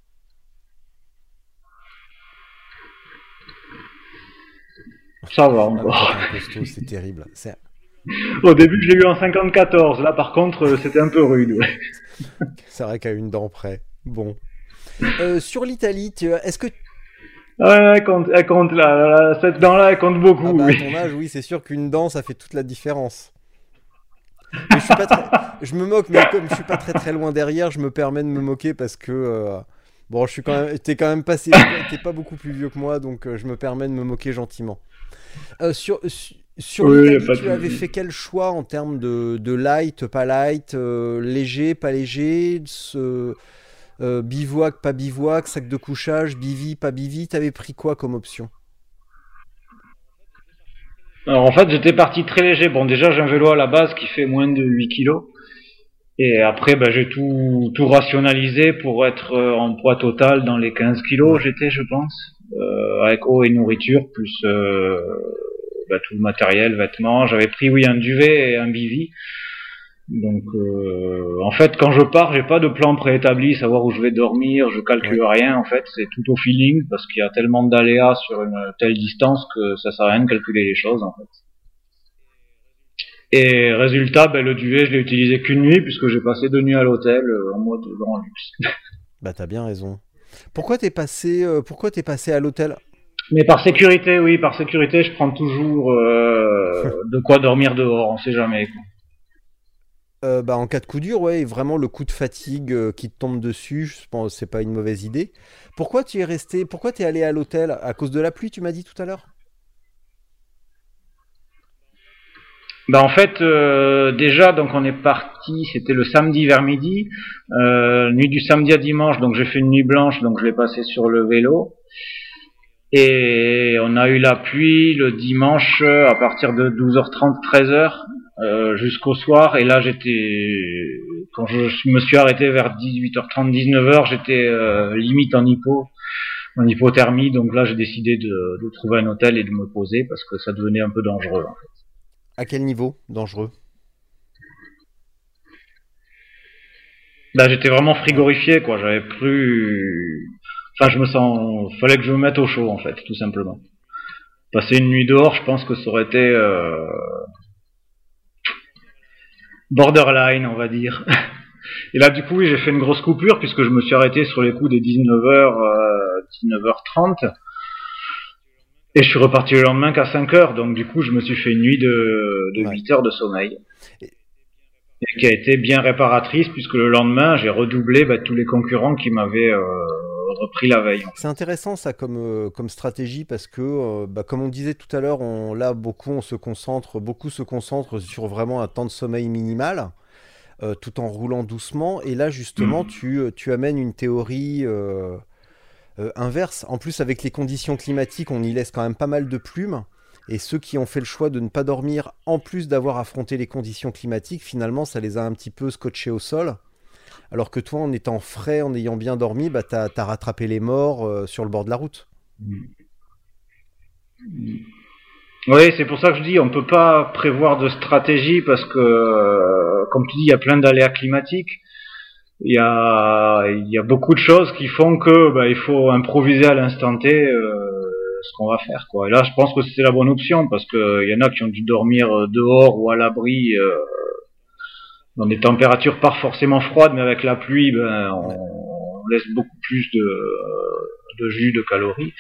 Ça va Ah, mais toi, t'es encore. un costaud, c'est terrible. C'est Au début, je l'ai eu en cinquante-quatorze. Là, par contre, c'était un peu rude. Ouais. c'est vrai qu'à une dent près. Bon. Euh, sur l'Italie, tu- est-ce que... Ouais, elle compte, elle compte là, là, là, cette dent-là, elle compte Ah beaucoup, bah à oui. ton âge, oui, c'est sûr qu'une dent, ça fait toute la différence. Mais je suis pas très... Je me moque, mais comme je suis pas très très loin derrière, je me permets de me moquer parce que... euh, Bon, je suis quand même... T'es quand même passé... T'es pas beaucoup plus vieux que moi, donc euh, je me permets de me moquer gentiment. Euh, sur su- sur Oui, y a l'Italie, pas de tu avais souci. fait quel choix en termes de, de light, pas light, euh, léger, pas léger, ce, euh, bivouac, pas bivouac, sac de couchage, bivi, pas bivi, t'avais pris quoi comme option? Alors en fait, j'étais parti très léger. Bon, déjà, j'ai un vélo à la base qui fait moins de huit kilos. Et après, ben, j'ai tout, tout rationalisé pour être euh, en poids total dans les quinze kilos, Ouais. j'étais, je pense. Euh, avec eau et nourriture, plus euh, ben, tout le matériel, vêtements. J'avais pris, oui, un duvet et un bivy. Donc, euh, en fait, quand je pars, j'ai pas de plan préétabli, savoir où je vais dormir, je Ouais. calcule rien. En fait, c'est tout au feeling parce qu'il y a tellement d'aléas sur une telle distance que ça sert à rien de calculer les choses. En fait. Et résultat, ben, le duvet, je l'ai utilisé qu'une nuit puisque j'ai passé deux nuits à l'hôtel euh, en mode grand luxe. Bah t'as bien raison. Pourquoi t'es passé, euh, pourquoi t'es passé à l'hôtel? Mais par sécurité, oui, par sécurité, je prends toujours euh, de quoi dormir dehors. On sait jamais. Quoi. Euh, bah en cas de coup dur, ouais, vraiment le coup de fatigue euh, qui te tombe dessus, je pense que c'est pas une mauvaise idée. Pourquoi tu es resté, pourquoi t'es allé à l'hôtel? À cause de la pluie, tu m'as dit tout à l'heure? Bah en fait, euh, déjà, donc on est parti, c'était le samedi vers midi, euh, nuit du samedi à dimanche, donc j'ai fait une nuit blanche, donc je l'ai passé sur le vélo. Et on a eu la pluie le dimanche à partir de douze heures trente, treize heures euh, jusqu'au soir. Et là, j'étais, quand je me suis arrêté vers dix-huit heures trente, dix-neuf heures, j'étais euh, limite en hypo, en hypothermie. Donc là, j'ai décidé de, de trouver un hôtel et de me poser parce que ça devenait un peu dangereux. À quel niveau? Dangereux. Là, j'étais vraiment Ouais. frigorifié, quoi. J'avais plus, enfin, je me sens, fallait que je me mette au chaud, en fait, tout simplement. Passer une nuit dehors, je pense que ça aurait été euh, borderline, on va dire. Et là, du coup, oui, j'ai fait une grosse coupure puisque je me suis arrêté sur les coups des dix-neuf heures, euh, dix-neuf heures trente. Et je suis reparti le lendemain qu'à cinq heures. Donc, du coup, je me suis fait une nuit de, de Ouais. huit heures de sommeil. Et- Et qui a été bien réparatrice puisque le lendemain, j'ai redoublé bah, tous les concurrents qui m'avaient euh, repris la veille. En C'est fait. intéressant ça comme, euh, comme stratégie parce que, euh, bah, comme on disait tout à l'heure, on, là beaucoup on se concentre, beaucoup se concentrent sur vraiment un temps de sommeil minimal, euh, tout en roulant doucement. Et là justement, Mm. tu, euh, tu amènes une théorie euh, euh, inverse. En plus, avec les conditions climatiques, on y laisse quand même pas mal de plumes. Et ceux qui ont fait le choix de ne pas dormir, en plus d'avoir affronté les conditions climatiques, finalement, ça les a un petit peu scotchés au sol. Alors que toi, en étant frais, en ayant bien dormi, bah, t'as, t'as rattrapé les morts euh, sur le bord de la route. Oui, c'est pour ça que je dis, on peut pas prévoir de stratégie parce que, euh, comme tu dis, il y a plein d'aléas climatiques. Il y a, il y a beaucoup de choses qui font que, bah, il faut improviser à l'instant T euh, ce qu'on va faire, quoi. Et là, je pense que c'est la bonne option parce que il y en a qui ont dû dormir dehors ou à l'abri euh, dans des températures pas forcément froides, mais avec la pluie, ben, Ouais. on, on laisse beaucoup plus de de jus, de calories.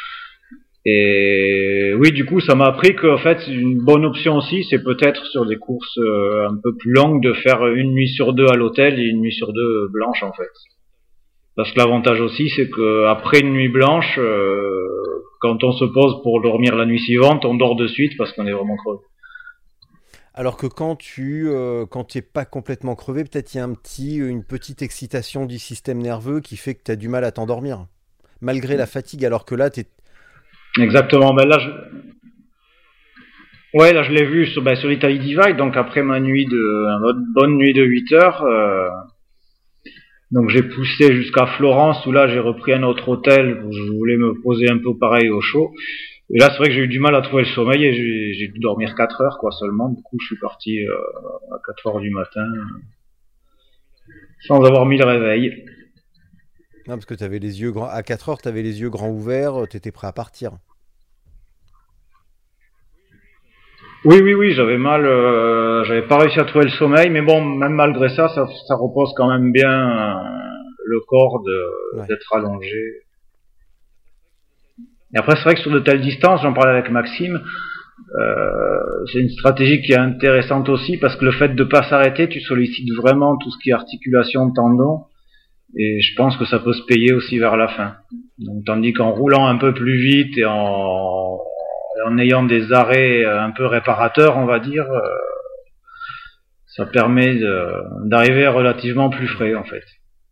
Et oui, du coup, ça m'a appris qu'en fait, une bonne option aussi, c'est peut-être sur des courses euh, un peu plus longues de faire une nuit sur deux à l'hôtel et une nuit sur deux blanche en fait. Parce que l'avantage aussi, c'est que après une nuit blanche, euh, quand on se pose pour dormir la nuit suivante, on dort de suite parce qu'on est vraiment crevé. Alors que quand tu euh, quand t'es pas complètement crevé, peut-être il y a un petit, une petite excitation du système nerveux qui fait que tu as du mal à t'endormir. Malgré la fatigue, alors que là, t'es... Exactement. Ben là, je... ouais, là je l'ai vu sur, ben, sur Italy Divide, donc après ma nuit de, une bonne nuit de huit heures. Euh... Donc j'ai poussé jusqu'à Florence où là j'ai repris un autre hôtel où je voulais me poser un peu pareil au chaud. Et là c'est vrai que j'ai eu du mal à trouver le sommeil et j'ai, j'ai dû dormir quatre heures quoi seulement. Du coup je suis parti euh, à quatre heures du matin sans avoir mis le réveil. Non, parce que t'avais les yeux grands... à quatre heures, tu avais les yeux grands ouverts, tu étais prêt à partir. Oui oui oui j'avais mal, euh, j'avais pas réussi à trouver le sommeil mais bon même malgré ça ça, ça repose quand même bien euh, le corps de, Ouais. d'être allongé. Et après c'est vrai que sur de telles distances, j'en parlais avec Maxime, Euh, c'est une stratégie qui est intéressante aussi parce que le fait de pas s'arrêter, tu sollicites vraiment tout ce qui est articulation, tendon, et je pense que ça peut se payer aussi vers la fin. Donc, tandis qu'en roulant un peu plus vite et en, en ayant des arrêts un peu réparateurs, on va dire, euh, ça permet de, d'arriver relativement plus frais en fait.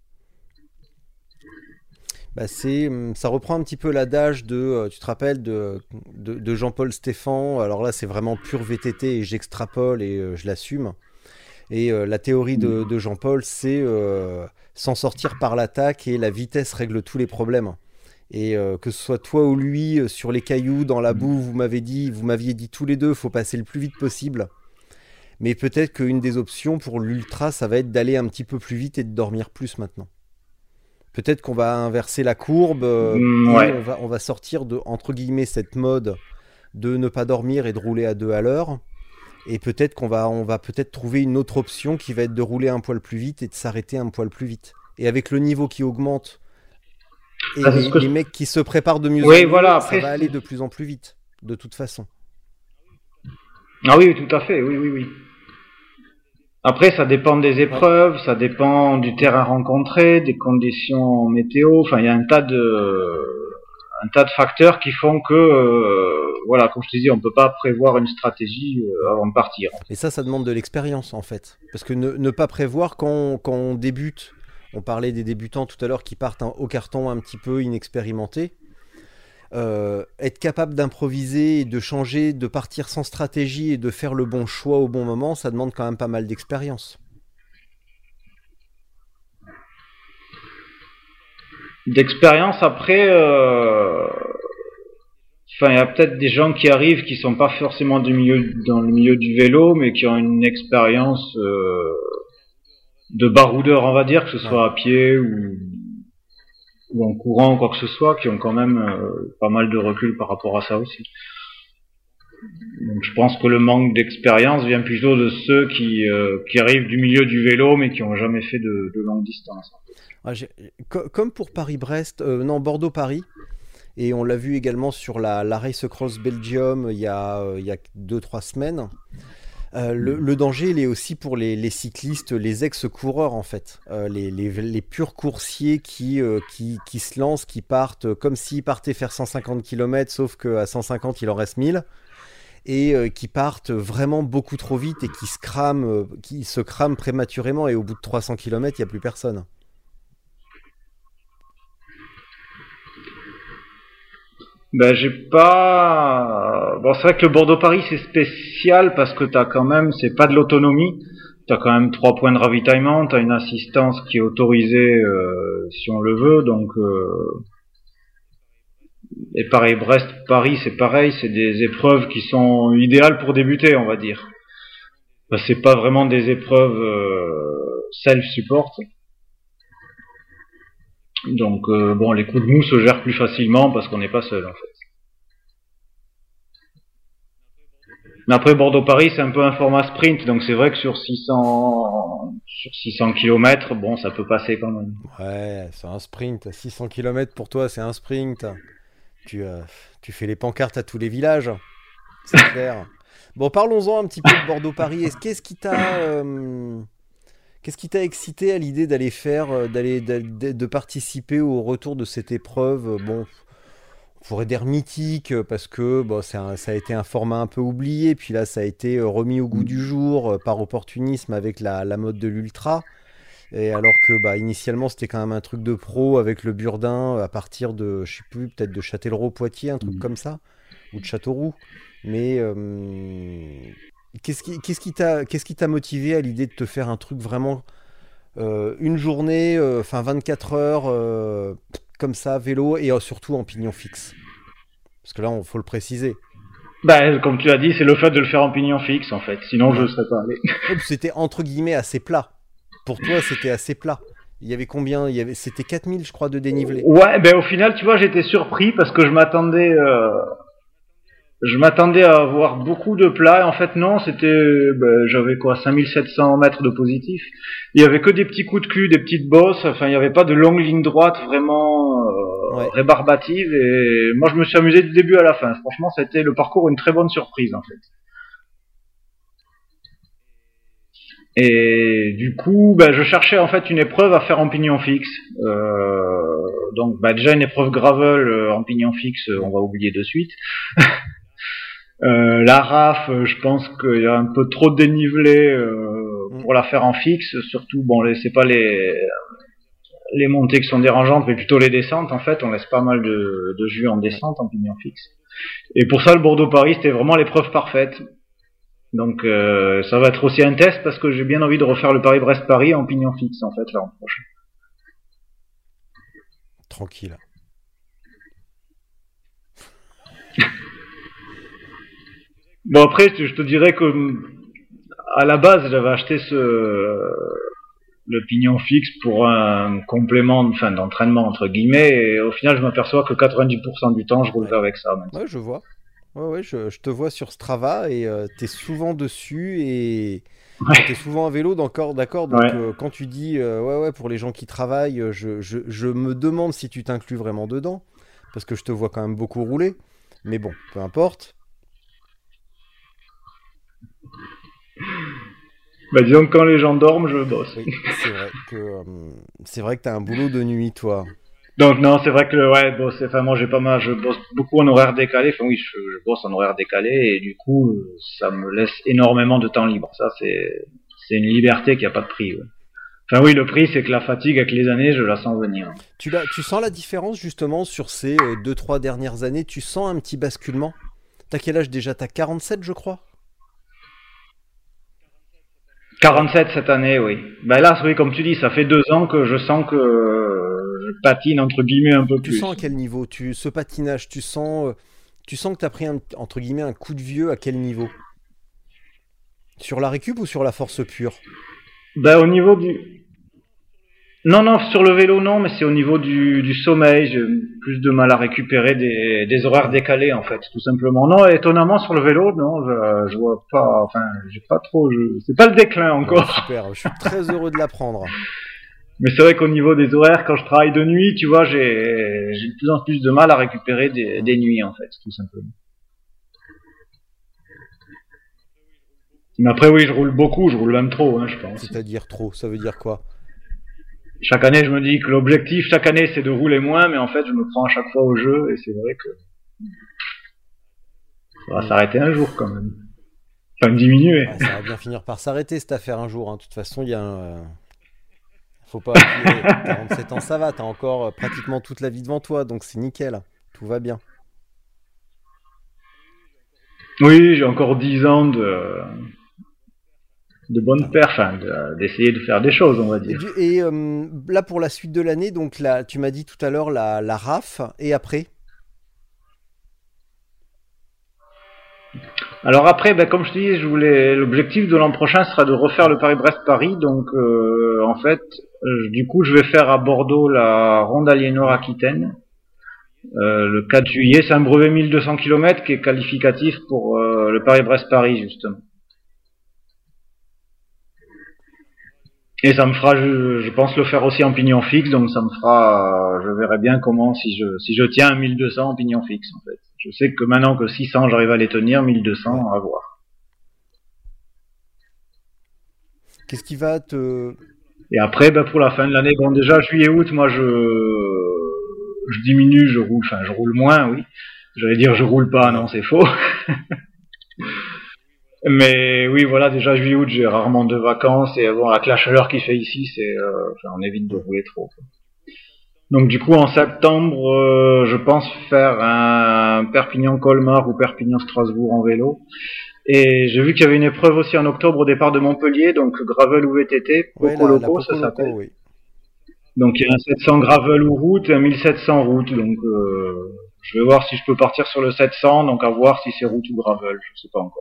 Bah c'est, ça reprend un petit peu l'adage de, euh, tu te rappelles, de, de, de Jean-Paul Stéphan. Alors là, c'est vraiment pur V T T et j'extrapole et euh, je l'assume. Et euh, la théorie de, de Jean-Paul, c'est euh, s'en sortir par l'attaque et la vitesse règle tous les problèmes. Et euh, que ce soit toi ou lui, euh, sur les cailloux, dans la boue, vous m'avez dit, vous m'aviez dit tous les deux, faut passer le plus vite possible. Mais peut-être qu'une des options pour l'ultra, ça va être d'aller un petit peu plus vite et de dormir plus maintenant. Peut-être qu'on va inverser la courbe euh, Mmh, et ouais. on va, on va sortir de, entre guillemets, cette mode de ne pas dormir et de rouler à deux à l'heure. Et peut-être qu'on va, on va peut-être trouver une autre option qui va être de rouler un poil plus vite et de s'arrêter un poil plus vite. Et avec le niveau qui augmente et Ah, c'est les, ce que les je... mecs qui se préparent de mieux en Oui, mieux, voilà. ça Après, va aller c'est... de plus en plus vite, de toute façon. ah oui, tout à fait. Oui, oui, oui. Après, ça dépend des Ouais. épreuves, ça dépend du terrain rencontré, des conditions météo. Enfin, il y a un tas de, un tas de facteurs qui font que, euh, voilà, comme je te dis, on peut pas prévoir une stratégie euh, avant de partir. Et ça, ça demande de l'expérience en fait. Parce que ne, ne pas prévoir quand on, quand on débute, on parlait des débutants tout à l'heure qui partent au carton un petit peu inexpérimentés. Euh, être capable d'improviser et de changer, de partir sans stratégie et de faire le bon choix au bon moment, ça demande quand même pas mal d'expérience. D'expérience, après, euh, enfin, il y a peut-être des gens qui arrivent qui sont pas forcément du milieu, dans le milieu du vélo, mais qui ont une expérience euh, de baroudeur, on va dire, que ce soit Ouais. à pied ou, ou en courant ou quoi que ce soit, qui ont quand même euh, pas mal de recul par rapport à ça aussi. Donc je pense que le manque d'expérience vient plutôt de ceux qui, euh, qui arrivent du milieu du vélo mais qui n'ont jamais fait de, de longue distance. Ah, j'ai- co- comme pour Paris-Brest, euh, non, Bordeaux-Paris, et on l'a vu également sur la, la Race Across Belgium il y a, euh, il y a deux trois semaines. Euh, le, le danger, il est aussi pour les, les cyclistes, les ex-coureurs en fait, Euh, les, les, les purs coursiers qui, euh, qui, qui se lancent, qui partent comme s'ils partaient faire cent cinquante kilomètres, sauf qu'à cent cinquante, il en reste mille, et euh, qui partent vraiment beaucoup trop vite et qui se crament, euh, qui se crament prématurément, et au bout de trois cents kilomètres, il n'y a plus personne. Ben j'ai pas. Bon, c'est vrai que le Bordeaux-Paris c'est spécial parce que t'as quand même, c'est pas de l'autonomie. T'as quand même trois points de ravitaillement, t'as une assistance qui est autorisée euh, si on le veut, donc. Euh... Et pareil, Brest-Paris c'est pareil, c'est des épreuves qui sont idéales pour débuter, on va dire. Ben, c'est pas vraiment des épreuves euh, self-support. Donc euh, bon, les coups de mou se gèrent plus facilement parce qu'on n'est pas seul en fait. Mais après Bordeaux-Paris, c'est un peu un format sprint, donc c'est vrai que sur six cents sur six cents kilomètres, bon, ça peut passer quand même. Ouais, c'est un sprint. six cents kilomètres pour toi, c'est un sprint. Tu, euh, tu fais les pancartes à tous les villages, c'est clair. Bon, parlons-en un petit peu de Bordeaux-Paris. Est-ce qu'est-ce qui t'a euh, qu'est-ce qui t'a excité à l'idée d'aller faire, euh, d'aller, d'aller- de participer au retour de cette épreuve? Bon, on pourrait dire mythique euh, parce que bon, c'est un- ça a été un format un peu oublié, puis là, ça a été euh, remis au goût du jour euh, par opportunisme avec la, la mode de l'ultra. Et alors que bah, initialement c'était quand même un truc de pro avec le Burdin euh, à partir de, je sais plus, peut-être de Châtellerault-Poitiers, un truc comme ça, ou de Châteauroux. Mais euh, qu'est-ce qui, qu'est-ce qui t'a, qu'est-ce qui t'a motivé à l'idée de te faire un truc vraiment euh, une journée, euh, enfin vingt-quatre heures, euh, comme ça, vélo et euh, surtout en pignon fixe? Parce que là, il faut le préciser. Ben, comme tu as dit, c'est le fait de le faire en pignon fixe, en fait. Sinon, je Ouais. ne serais pas allé. Ouais, c'était entre guillemets assez plat. Pour toi, c'était assez plat. Il y avait combien? Il y avait, c'était quatre mille, je crois, de dénivelé. Ouais, ben au final, tu vois, j'étais surpris parce que je m'attendais, euh, je m'attendais à avoir beaucoup de plats. Et en fait, non, c'était, ben, j'avais quoi, cinq mille sept cents mètres de positif. Il y avait que des petits coups de cul, des petites bosses. Enfin, il n'y avait pas de longue ligne droite vraiment euh, Ouais. rébarbative. Et moi, je me suis amusé du début à la fin. Franchement, c'était le parcours une très bonne surprise, en fait. Et du coup, ben, je cherchais en fait une épreuve à faire en pignon fixe. Euh, donc, ben, déjà une épreuve gravel euh, en pignon fixe, euh, on va oublier de suite. Euh, la raf, euh, je pense qu'il y a un peu trop de dénivelé euh, Mm. pour la faire en fixe. Surtout, bon, les- c'est pas les les montées qui sont dérangeantes, mais plutôt les descentes. En fait, on laisse pas mal de, de jus en Ouais. descente en pignon fixe. Et pour ça, le Bordeaux-Paris, c'était vraiment l'épreuve parfaite. Donc, euh, ça va être aussi un test parce que j'ai bien envie de refaire le Paris-Brest-Paris en pignon fixe, en fait, l'an prochain. Tranquille. Bon, après, je te dirais que à la base, j'avais acheté ce le pignon fixe pour un complément, enfin, d'entraînement entre guillemets, et au final, je m'aperçois que quatre-vingt-dix pour cent du temps, je roule Ouais. avec ça maintenant. Ouais, je vois. Ouais, ouais, je, je te vois sur Strava et euh, t'es souvent dessus et enfin, t'es Ouais, souvent à vélo, d'accord, d'accord. Donc ouais. euh, quand tu dis euh, ouais, ouais, pour les gens qui travaillent, euh, je, je, je me demande si tu t'inclus vraiment dedans parce que je te vois quand même beaucoup rouler. Mais bon, peu importe. Bah, disons que quand les gens dorment, je bosse. Oui, c'est vrai que euh, c'est vrai que t'as un boulot de nuit, toi. Donc non, c'est vrai que ouais, bon, c'est, enfin moi j'ai pas mal, je bosse beaucoup en horaire décalé. Enfin oui, je, je bosse en horaire décalé et du coup, euh, ça me laisse énormément de temps libre. Ça, c'est c'est une liberté qui a pas de prix. Ouais. Enfin oui, le prix, c'est que la fatigue avec les années, je la sens venir. Tu l'as, tu sens la différence justement sur ces euh, deux, trois dernières années? Tu sens un petit basculement? T'as quel âge déjà? T'as quarante-sept, je crois? Ouais. quarante-sept cette année, oui. Ben là, oui, comme tu dis, ça fait deux ans que je sens que euh, je patine entre guillemets un peu Tu sens plus. à quel niveau? Tu, ce patinage, tu sens, euh, tu sens que t'as pris un, entre guillemets un coup de vieux à quel niveau? Sur la récup ou sur la force pure? Ben au niveau du, non, non, sur le vélo, non, mais c'est au niveau du, du sommeil. J'ai plus de mal à récupérer des, des horaires Ouais. décalés, en fait, tout simplement. Non, étonnamment, sur le vélo, non, je, je vois pas, enfin, j'ai pas trop, je, c'est pas le déclin Bon, encore. super, je suis très heureux de l'apprendre. Mais c'est vrai qu'au niveau des horaires, quand je travaille de nuit, tu vois, j'ai, j'ai de plus en plus de mal à récupérer des, Hmm. des nuits, en fait, tout simplement. Mais après, oui, je roule beaucoup, je roule même trop, hein, je pense. C'est-à-dire trop, ça veut dire quoi? Chaque année, je me dis que l'objectif, chaque année, c'est de rouler moins, mais en fait, je me prends à chaque fois au jeu, et c'est vrai que ça va Hmm. s'arrêter un jour, quand même. Enfin, diminuer. Ouais, ça va bien finir par s'arrêter cette affaire un jour, hein. De toute façon, il y a un, euh, faut pas oublier, quarante-sept ans, ça va, t'as encore euh, pratiquement toute la vie devant toi, donc c'est nickel, tout va bien. Oui, j'ai encore dix ans de, de bonne Putain. perf, enfin, de- d'essayer de faire des choses, on va Et, dire. du- et, euh, là, pour la suite de l'année, donc là, tu m'as dit tout à l'heure la, la R A F, et après? Alors après, ben, comme je te dis, je voulais, l'objectif de l'an prochain sera de refaire le Paris-Brest-Paris, donc euh, en fait, euh, du coup, je vais faire à Bordeaux la Ronde Aliénor-Aquitaine. Euh, le quatre juillet, c'est un brevet mille deux cents kilomètres qui est qualificatif pour euh, euh, le Paris-Brest-Paris justement. Et ça me fera, je, je pense le faire aussi en pignon fixe, donc ça me fera, euh, je verrai bien comment si je si je tiens à mille deux cents en pignon fixe en fait. Je sais que maintenant que six cents j'arrive à les tenir, mille deux cents Ouais. à voir. Qu'est-ce qui va te... Et après, ben pour la fin de l'année, bon déjà juillet-août, moi je je diminue, je roule, enfin je roule moins, oui. J'allais dire je roule pas, Ouais. non c'est faux. Mais oui, voilà, déjà juillet-août, j'ai rarement de vacances et bon, avec la chaleur qu'il fait ici, c'est, euh, enfin, on évite de rouler trop. Quoi. Donc du coup, en septembre, euh, je pense faire un Perpignan-Colmar ou Perpignan-Strasbourg en vélo. Et j'ai vu qu'il y avait une épreuve aussi en octobre au départ de Montpellier, donc gravel ou V T T, Ouais, Poco la, la Loco, Poco ça Loco, s'appelle. oui. Donc il y a un sept cents gravel ou route et un mille sept cents route. Donc euh, je vais voir si je peux partir sur le sept cents, donc à voir si c'est route ou gravel, je sais pas encore.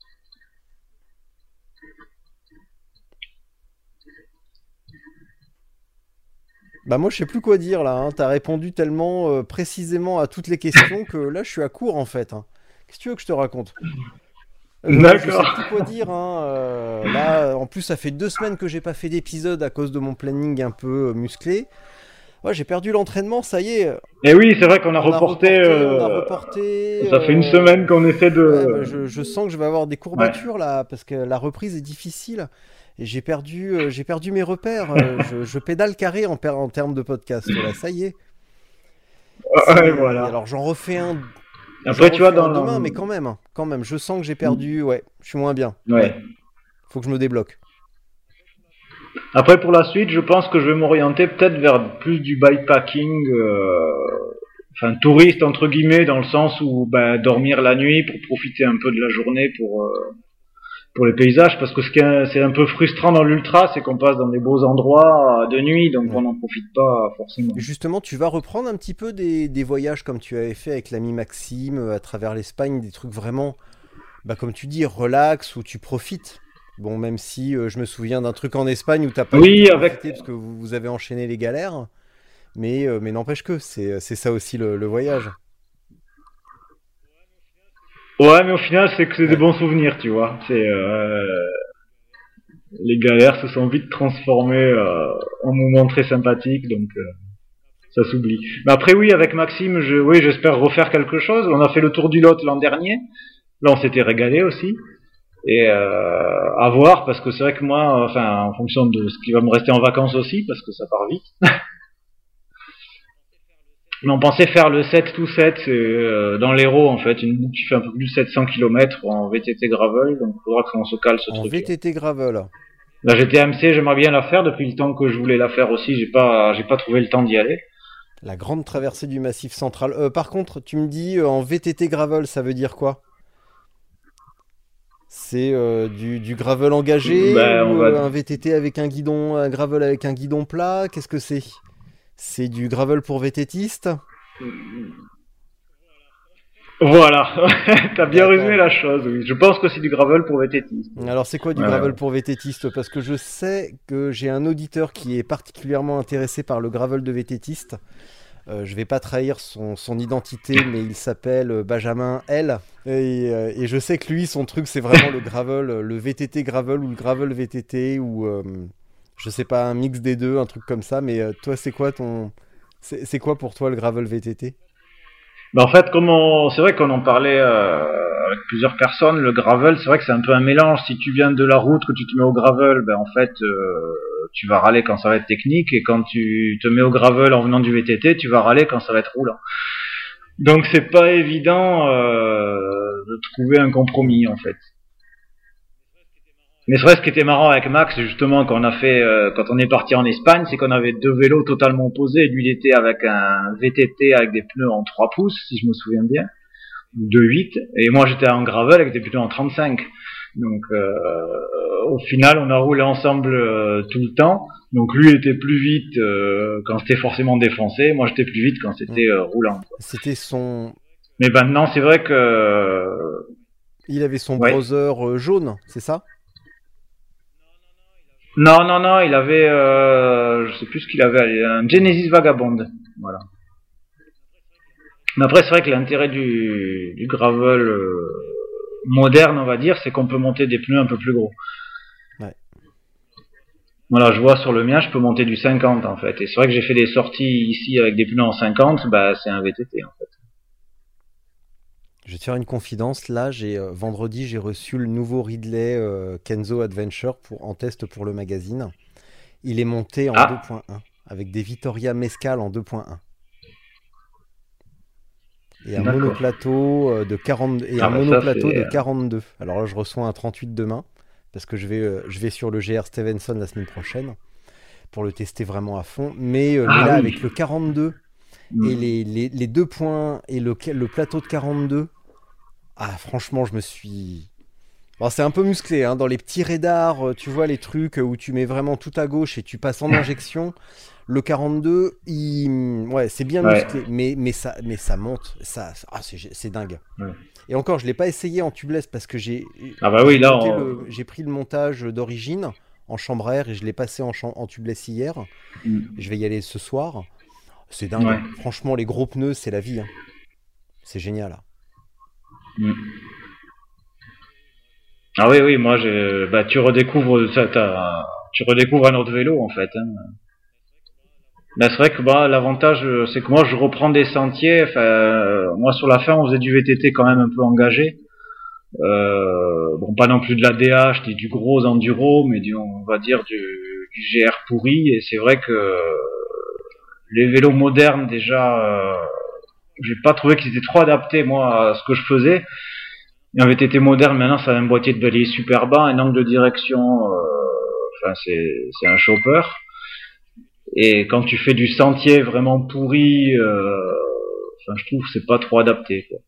Bah moi je sais plus quoi dire là, hein. T'as répondu tellement euh, précisément à toutes les questions que là je suis à court en fait, hein. Qu'est-ce que tu veux que je te raconte? Euh, je sais D'accord. plus quoi dire, hein. Euh, là en plus ça fait deux semaines que j'ai pas fait d'épisode à cause de mon planning un peu euh, musclé. Ouais, j'ai perdu l'entraînement, ça y est. Et oui, c'est vrai qu'on a On a reporté. reporté, on a Euh, reporté. ça fait une euh, semaine qu'on essaie Ouais, bah, de. je, je sens que je vais avoir des Ouais. courbatures là, parce que la reprise est difficile. Et j'ai perdu, euh, j'ai perdu mes repères. Euh, je, je pédale carré en, per- en termes de podcast là, ça y est. Ouais, C'est voilà. alors j'en refais un, j'en Après, tu vois, refais un dans. demain, le- mais quand même, hein, quand même, je sens que j'ai perdu. Ouais, je suis moins bien. Ouais, Ouais. faut que je me débloque. Après, pour la suite, je pense que je vais m'orienter peut-être vers plus du bikepacking, euh, enfin touriste entre guillemets, dans le sens où ben, dormir la nuit pour profiter un peu de la journée pour euh, pour les paysages, parce que ce qui est, c'est un peu frustrant dans l'ultra, c'est qu'on passe dans des beaux endroits euh, de nuit, donc on Ouais. n'en profite pas forcément. Et justement, tu vas reprendre un petit peu des, des voyages comme tu avais fait avec l'ami Maxime euh, à travers l'Espagne, des trucs vraiment, bah comme tu dis, relax où tu profites. Bon, même si euh, je me souviens d'un truc en Espagne où t'as pas du tout Oui, avec. profité parce que vous, vous avez enchaîné les galères, mais, euh, mais n'empêche que c'est c'est ça aussi le, le voyage. Ouais, mais au final, c'est que c'est des Ouais. bons souvenirs, tu vois. C'est euh, les galères se sont vite transformées euh, en moments très sympathiques, donc. Euh, ça s'oublie. Mais après oui, avec Maxime, je, oui, j'espère refaire quelque chose. On a fait le tour du Lot l'an dernier. Là, on s'était régalé aussi. Et euh, à voir, parce que c'est vrai que moi, enfin, en fonction de ce qui va me rester en vacances aussi, parce que ça part vite. Mais on pensait faire le sept to sept euh, dans l'Hérault, en fait, une boucle qui fait un peu plus de sept cents kilomètres en V T T gravel. Donc, il faudra qu'on se cale ce En truc-là. V T T gravel. La G T M C, j'aimerais bien la faire depuis le temps que je voulais la faire aussi. J'ai pas, j'ai pas trouvé le temps d'y aller. La grande traversée du Massif central. Euh, par contre, tu me dis euh, en V T T gravel, ça veut dire quoi? C'est euh, du, du gravel engagé Ben, on ou va. euh, un V T T avec un guidon, un gravel avec un guidon plat? Qu'est-ce que c'est? C'est du gravel pour VTTistes? Voilà, t'as bien résumé D'accord. la chose, oui. Je pense que c'est du gravel pour V T T. Alors c'est quoi du Ouais, ouais, gravel ouais. pour VTTiste? Parce que je sais que j'ai un auditeur qui est particulièrement intéressé par le gravel de VTTiste. Euh, je vais pas trahir son, son identité, mais il s'appelle euh, Benjamin L. Et, euh, et je sais que lui, son truc, c'est vraiment le gravel, euh, le V T T gravel ou le gravel V T T ou euh, je sais pas, un mix des deux, un truc comme ça. Mais euh, toi, c'est quoi ton, c'est c'est quoi pour toi le gravel V T T? Ben, en fait, comme on... c'est vrai qu'on en parlait euh, avec plusieurs personnes, le gravel, c'est vrai que c'est un peu un mélange. Si tu viens de la route, que tu te mets au gravel, ben en fait, euh, tu vas râler quand ça va être technique, et quand tu te mets au gravel en venant du V T T, tu vas râler quand ça va être roulant. Donc c'est pas évident euh, de trouver un compromis en fait. Mais c'est vrai, ce qui était marrant avec Max, justement, quand on a fait, euh, quand on est parti en Espagne, c'est qu'on avait deux vélos totalement opposés. Lui, il était avec un V T T avec des pneus en trois pouces, si je me souviens bien, ou de huit, et moi j'étais en gravel avec des pneus en trente-cinq. Donc, euh, au final, on a roulé ensemble euh, tout le temps. Donc, lui était plus vite euh, quand c'était forcément défoncé, moi j'étais plus vite quand Hmm. c'était euh, roulant. Quoi. C'était son, Mais maintenant, c'est vrai que, euh, il avait son ouais. brother euh, jaune, c'est ça? Non, non, non, il avait, euh, je sais plus ce qu'il avait, un Genesis Vagabond. Voilà. Mais après, c'est vrai que l'intérêt du, du gravel, euh, moderne, on va dire, c'est qu'on peut monter des pneus un peu plus gros. Ouais. Voilà, je vois sur le mien, je peux monter du cinquante en fait. Et c'est vrai que j'ai fait des sorties ici avec des pneus en cinquante, bah c'est un V T T en fait. Je vais te faire une confidence. Là, j'ai euh, vendredi, j'ai reçu le nouveau Ridley euh, Kenzo Adventure pour, en test pour le magazine. Il est monté en Ah. deux point un avec des Vittoria Mescal en deux point un. Et un D'accord. monoplateau euh, de quarante et Ah un bah ça, monoplateau c'est, de euh, quarante-deux. Alors là, je reçois un trente-huit demain parce que je vais, euh, je vais sur le G R Stevenson la semaine prochaine pour le tester vraiment à fond. Mais, euh, mais Ah là, oui. avec le quarante-deux et Mm. les, les, les deux points et le, le plateau de quarante-deux, ah, franchement, je me suis. Bon, c'est un peu musclé, hein. Dans les petits radars, euh, tu vois les trucs où tu mets vraiment tout à gauche et tu passes en injection. Le quarante-deux, il... ouais, c'est bien Ouais. musclé, mais, mais, ça, mais ça monte. Ça, ah, c'est, c'est dingue. Ouais. Et encore, je ne l'ai pas essayé en tubeless parce que j'ai, Ah bah j'ai, oui, là, monté on... le, j'ai pris le montage d'origine en chambre à air et je l'ai passé en, cham- en tubeless hier. Mm. Je vais y aller ce soir. C'est dingue. Ouais. Franchement, les gros pneus, c'est la vie, hein. C'est génial. Mm. Ah oui, oui, moi, je... bah, tu redécouvres ça, t'as... tu redécouvres un autre vélo en fait. Hein. Bah, c'est vrai que bah, l'avantage, euh, c'est que moi, je reprends des sentiers. Enfin, euh, moi, sur la fin, on faisait du V T T quand même un peu engagé. Euh, bon, pas non plus de la D H, ni du gros enduro, mais du, on va dire du, du G R pourri. Et c'est vrai que euh, les vélos modernes, déjà, euh, j'ai pas trouvé qu'ils étaient trop adaptés, moi, à ce que je faisais. Et un V T T moderne, maintenant, ça a un boîtier de balayer super bas, un angle de direction, euh, enfin, c'est, c'est un chopper. Et quand tu fais du sentier vraiment pourri, euh, enfin, je trouve que c'est pas trop adapté, quoi.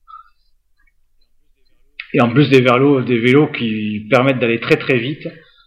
Et en plus des vélos, des vélos qui permettent d'aller très très vite.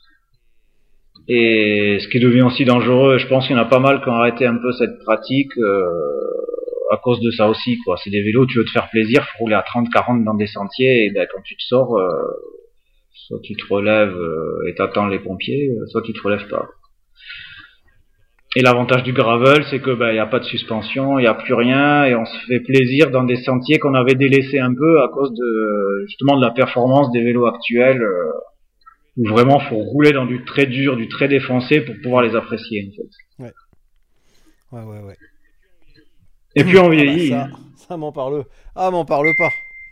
Et ce qui devient aussi dangereux, je pense qu'il y en a pas mal qui ont arrêté un peu cette pratique euh, à cause de ça aussi, quoi. C'est des vélos, tu veux te faire plaisir, faut rouler à trente quarante dans des sentiers, et ben, quand tu te sors, euh, soit tu te relèves euh, et t'attends les pompiers, soit tu te relèves pas. Et l'avantage du gravel, c'est que ben, y a pas de suspension, il y a plus rien, et on se fait plaisir dans des sentiers qu'on avait délaissés un peu à cause de justement de la performance des vélos actuels, euh, où vraiment faut rouler dans du très dur, du très défoncé pour pouvoir les apprécier en fait. Ouais, ouais, ouais, ouais. Et puis on Ah bah vieillit. ça, Hein. ça m'en parle. Ah, m'en parle pas.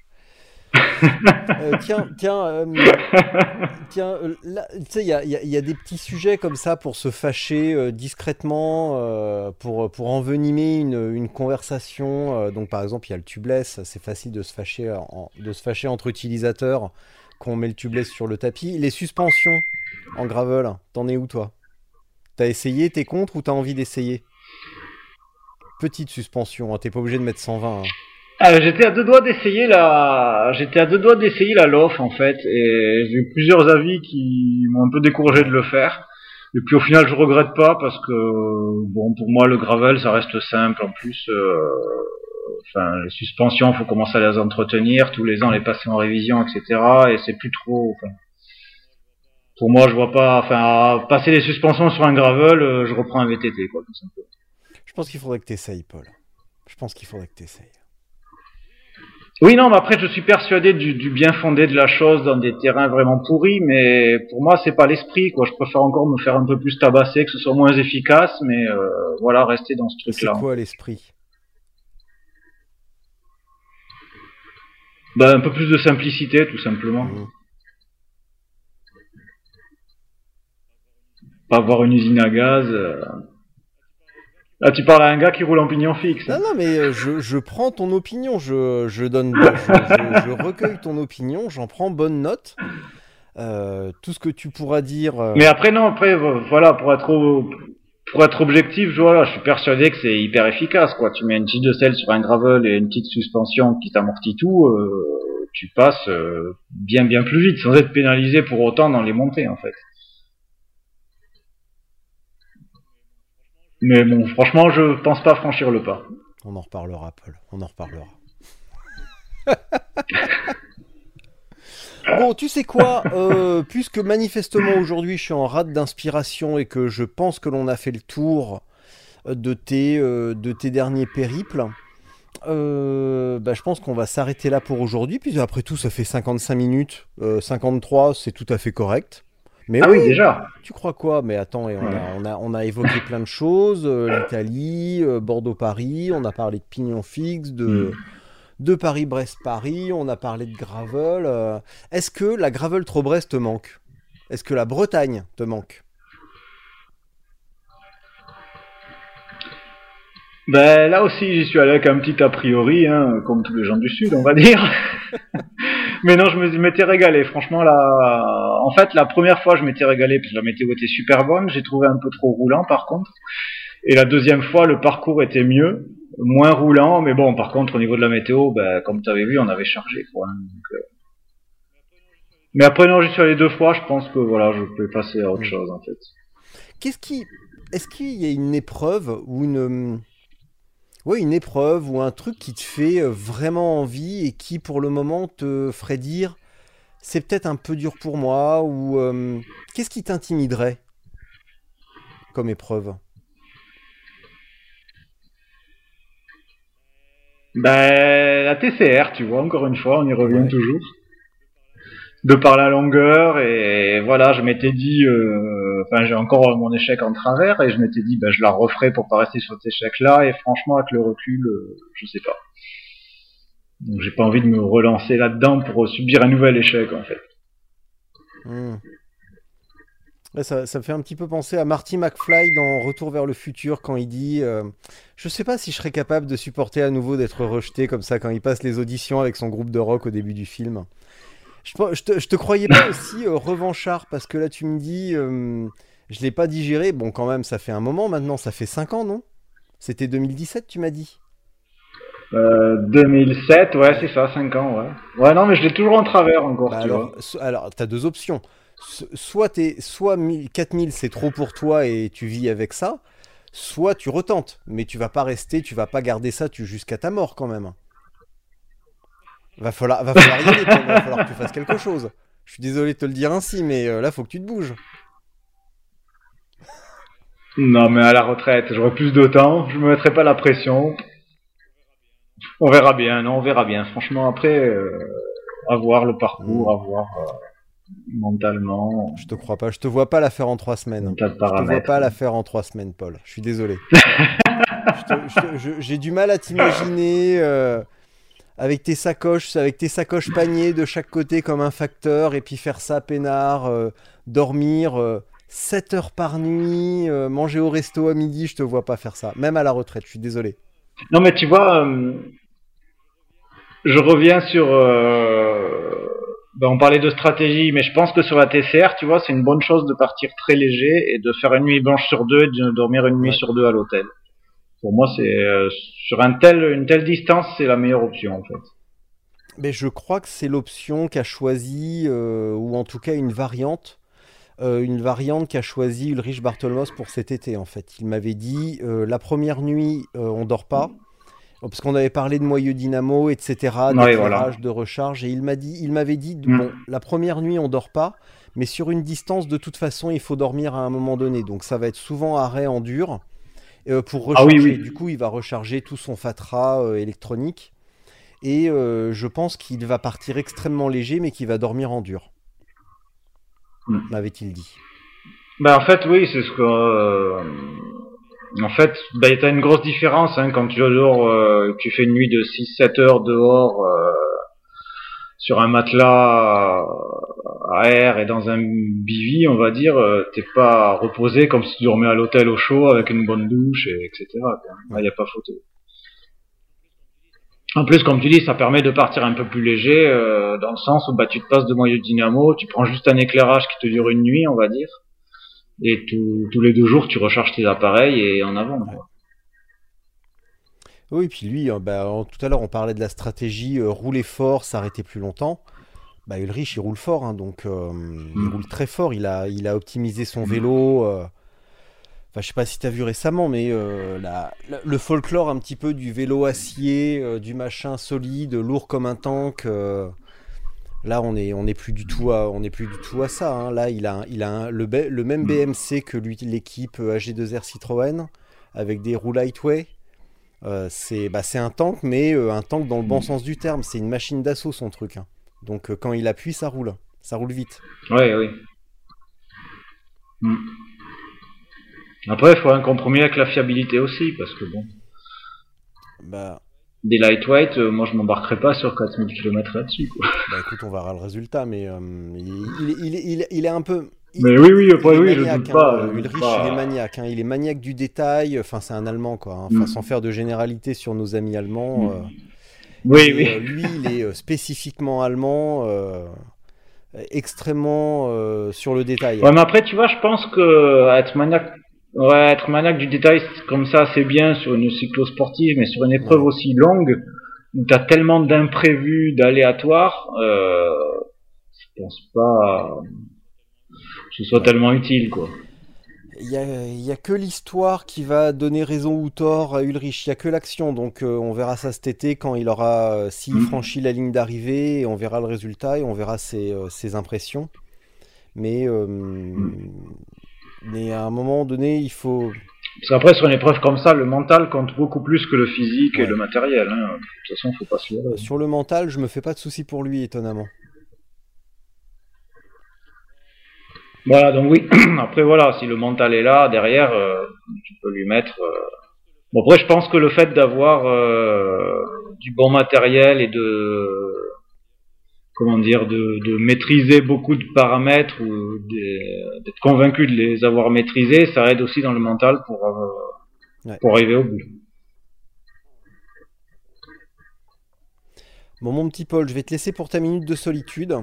Euh, tiens, tiens, euh, tiens, euh, là, tu sais, il y a, y a- y a des petits sujets comme ça pour se fâcher euh, discrètement, euh, pour, pour envenimer une, une conversation. Euh, donc, par exemple, il y a le tubeless. C'est facile de se fâcher, en- de se fâcher entre utilisateurs quand on met le tubeless sur le tapis. Les suspensions en gravel, t'en es où toi? T'as essayé, t'es contre ou t'as envie d'essayer? Petite suspension, hein, t'es pas obligé de mettre cent vingt, hein. Euh, j'étais à deux doigts d'essayer la, j'étais à deux doigts d'essayer la Lof en fait, et j'ai eu plusieurs avis qui m'ont un peu découragé de le faire. Et puis au final, je regrette pas parce que bon, pour moi, le gravel, ça reste simple. En plus, euh, enfin, les suspensions, faut commencer à les entretenir tous les ans, les passer en révision, et cetera. Et c'est plus trop. Enfin, pour moi, je vois pas. Enfin, passer les suspensions sur un gravel, euh, je reprends un V T T, quoi, tout simplement. Je pense qu'il faudrait que t'essayes, Paul. Je pense qu'il faudrait que t'essayes. Oui, non, mais après, je suis persuadé du, du bien fondé de la chose dans des terrains vraiment pourris, mais pour moi, c'est pas l'esprit, quoi. Je préfère encore me faire un peu plus tabasser, que ce soit moins efficace, mais euh, voilà, rester dans ce C'est truc-là. quoi l'esprit? Ben, un peu plus de simplicité, tout simplement. Mmh. Pas avoir une usine à gaz. Euh... Là, tu parles à un gars qui roule en pignon fixe. Non, non, mais euh, je, je prends ton opinion, je, je donne, je, je- je recueille ton opinion, j'en prends bonne note. Euh, tout ce que tu pourras dire. euh, Mais après, non, après, vo- voilà, pour être, au- pour être objectif, je, voilà, je suis persuadé que c'est hyper efficace, quoi. Tu mets une tige de sel sur un gravel et une petite suspension qui t'amortit tout, euh, tu passes euh, bien, bien plus vite, sans être pénalisé pour autant dans les montées, en fait. Mais bon, franchement, je pense pas franchir le pas. On en reparlera, Paul. On en reparlera. Bon, tu sais quoi, euh, puisque manifestement aujourd'hui je suis en rate d'inspiration et que je pense que l'on a fait le tour de tes, euh, de tes derniers périples, euh, bah, je pense qu'on va s'arrêter là pour aujourd'hui. Puis après tout, ça fait cinquante-cinq minutes. Euh, cinquante-trois, c'est tout à fait correct. Mais Ah oui, oui, déjà. tu crois quoi? Mais attends, et on Ouais. a, on a, on a évoqué plein de choses. euh, L'Italie, euh, Bordeaux-Paris, on a parlé de Pignon Fixe, de, Hmm. de Paris-Brest-Paris, on a parlé de Gravel. euh. Est-ce que la Gravel Trop-Brest te manque? Est-ce que la Bretagne te manque? Ben là aussi, j'y suis allé avec un petit a priori, hein, comme tous les gens du Sud, on va dire. Mais non, je me m'étais régalé. Franchement, là, en fait, la première fois, je m'étais régalé parce que la météo était super bonne. J'ai trouvé un peu trop roulant, par contre. Et la deuxième fois, le parcours était mieux, moins roulant, mais bon, par contre, au niveau de la météo, ben, comme tu avais vu, on avait chargé, quoi. Hein, donc, euh... Mais après, non, j'y suis allé deux fois. Je pense que voilà, je peux passer à autre Hmm. chose, en fait. Qu'est-ce qui, est-ce qu'il y a une épreuve ou une, ouais, une épreuve ou un truc qui te fait euh, vraiment envie et qui, pour le moment, te ferait dire, c'est peut-être un peu dur pour moi ou euh, qu'est-ce qui t'intimiderait comme épreuve? Ben, la T C R, tu vois, encore une fois, on y revient Ouais. toujours. De par la longueur, et voilà, je m'étais dit, euh, enfin, j'ai encore mon échec en travers, et je m'étais dit, ben, je la referai pour pas rester sur cet échec-là, et franchement, avec le recul, euh, je sais pas. Donc, j'ai pas envie de me relancer là-dedans pour subir un nouvel échec, en fait. Hmm. Ouais, ça, ça me fait un petit peu penser à Marty McFly dans Retour vers le futur quand il dit euh, je sais pas si je serais capable de supporter à nouveau d'être rejeté comme ça quand il passe les auditions avec son groupe de rock au début du film. Je, pe- je te, je te croyais pas aussi euh, revanchard parce que là tu me dis euh, je l'ai pas digéré. Bon, quand même, ça fait un moment maintenant, ça fait cinq ans, non? C'était deux mille dix-sept, tu m'as dit. Euh, deux mille sept, ouais, Ouais. c'est ça, cinq ans, ouais. Ouais, non, mais je l'ai toujours en travers encore, Bah tu vois. alors, so- alors t'as deux options. So- Soit, t'es, soit mille quatre mille c'est trop pour toi et tu vis avec ça, soit tu retentes. Mais tu vas pas rester, tu vas pas garder ça tu, jusqu'à ta mort quand même. Va falloir, va falloir y aller, Paul, va falloir que tu fasses quelque chose. Je suis désolé de te le dire ainsi, mais euh, là, faut que tu te bouges. Non, mais à la retraite, j'aurai plus de temps, je me mettrai pas la pression. On verra bien, non, on verra bien. Franchement, après, euh, à voir le Hmm, parcours, à voir euh, mentalement, je te crois pas, je te vois pas la faire en trois il y a semaines. un tas de Je te vois paramètres. pas la faire en trois semaines, Paul. Je suis désolé. Je te- je te- je- j'ai du mal à t'imaginer euh, avec tes sacoches, avec tes sacoches paniers de chaque côté comme un facteur, et puis faire ça peinard, euh, dormir euh, sept heures par nuit, euh, manger au resto à midi, je te vois pas faire ça. Même à la retraite, je suis désolé. Non, mais tu vois, euh, je reviens sur... Euh, ben, on parlait de stratégie, mais je pense que sur la T C R, tu vois, c'est une bonne chose de partir très léger et de faire une nuit blanche sur deux et de dormir une nuit Ouais. sur deux à l'hôtel. Pour moi, c'est euh, sur un tel, une telle distance, c'est la meilleure option en fait. Mais je crois que c'est l'option qu'a choisi, euh, ou en tout cas une variante, euh, une variante qu'a choisi Ulrich Barthelmos pour cet été en fait. Il m'avait dit euh, la première nuit euh, on dort pas, parce qu'on avait parlé de moyeu dynamo, et cetera, Oui, voilà. d'éclairage, de recharge, et il m'a dit, il m'avait dit bon Mm. la première nuit on dort pas, mais sur une distance de toute façon il faut dormir à un moment donné, donc ça va être souvent arrêt en dur euh, pour Ah oui, recharger. oui. Du coup il va recharger tout son fatras euh, électronique. Et euh, je pense qu'il va partir extrêmement léger, mais qu'il va dormir en dur, Mm. m'avait-il dit. Ben, en fait, oui, c'est ce que... Euh, en fait, ben, t'as une grosse différence hein, quand tu dors, euh, tu fais une nuit de six sept heures dehors euh, sur un matelas à air et dans un bivy, on va dire, euh, t'es pas reposé comme si tu dormais à l'hôtel au chaud avec une bonne douche, et, etc. Là, Ouais. y a pas photo. En plus, comme tu dis, ça permet de partir un peu plus léger, euh, dans le sens où bah, tu te passes de moyeu dynamo, tu prends juste un éclairage qui te dure une nuit, on va dire, et tout, tous les deux jours, tu recharges tes appareils et en avant. Ouais. Quoi. Oui, puis lui, euh, bah, en- tout à l'heure, on parlait de la stratégie euh, rouler fort, s'arrêter plus longtemps. Bah, Ulrich, il roule fort, hein, donc euh, il roule Mm. très fort. Il a, il a optimisé son Mm. vélo. euh, Enfin, je sais pas si tu as vu récemment, mais euh, la- la- le folklore un petit peu du vélo acier, euh, du machin solide, lourd comme un tank. euh, Là, on est, on est plus du tout à, on est plus du tout à ça. Hein. Là, il a, un- il a un- le, B- le même Mm. B M C que lui, l'équipe A G deux R Citroën, avec des roues lightweight. Euh, c'est bah, c'est un tank, mais euh, un tank dans le bon sens du terme. C'est une machine d'assaut, son truc, hein. Donc euh, quand il appuie, ça roule. Ça roule vite. Ouais, oui. Mm. Après, il faut un compromis avec la fiabilité aussi, parce que bon, Bah, des lightweight, euh, moi je m'embarquerai pas sur quatre mille kilomètres là-dessus, quoi. bah écoute, on verra le résultat, mais euh, il, il, est- il, est- il est il est un peu. Il, Mais oui, oui, il après, est oui, je maniaque, doute hein. pas, euh, je doute Ulrich, il est pas. maniaque, hein. Il est maniaque du détail. Enfin, c'est un Allemand, quoi, hein. Enfin, sans Mm. faire de généralité sur nos amis allemands. euh, Mm. Oui, mais oui. euh, lui, il est euh, spécifiquement allemand, euh, extrêmement euh, sur le détail. Ouais, mais après, tu vois, je pense que être maniaque, ouais, être maniaque du détail comme ça, c'est bien sur une cyclo-sportive, mais sur une épreuve Ouais. aussi longue, où t'as tellement d'imprévus, d'aléatoires, euh, je pense pas que ce soit Ouais. tellement utile, quoi. Il y a, il y a que l'histoire qui va donner raison ou tort à Ulrich. Il y a que l'action. Donc euh, on verra ça cet été quand il aura, euh, s'il Mm. franchit la ligne d'arrivée, et on verra le résultat et on verra ses, euh, ses impressions. Mais, euh, Mm. mais à un moment donné, il faut. Parce qu'après, sur une épreuve comme ça, le mental compte beaucoup plus que le physique et le Ouais. matériel, hein. De toute façon, faut pas se leurrer. Sur le mental, je me fais pas de soucis pour lui, étonnamment. Voilà, donc oui. Après, voilà, si le mental est là, derrière, euh, tu peux lui mettre. euh, Bon, après, je pense que le fait d'avoir euh, du bon matériel et de comment dire, de, de maîtriser beaucoup de paramètres ou des- d'être convaincu de les avoir maîtrisés, ça aide aussi dans le mental pour euh, Ouais. pour arriver au bout. Bon, mon petit Paul, je vais te laisser pour ta minute de solitude.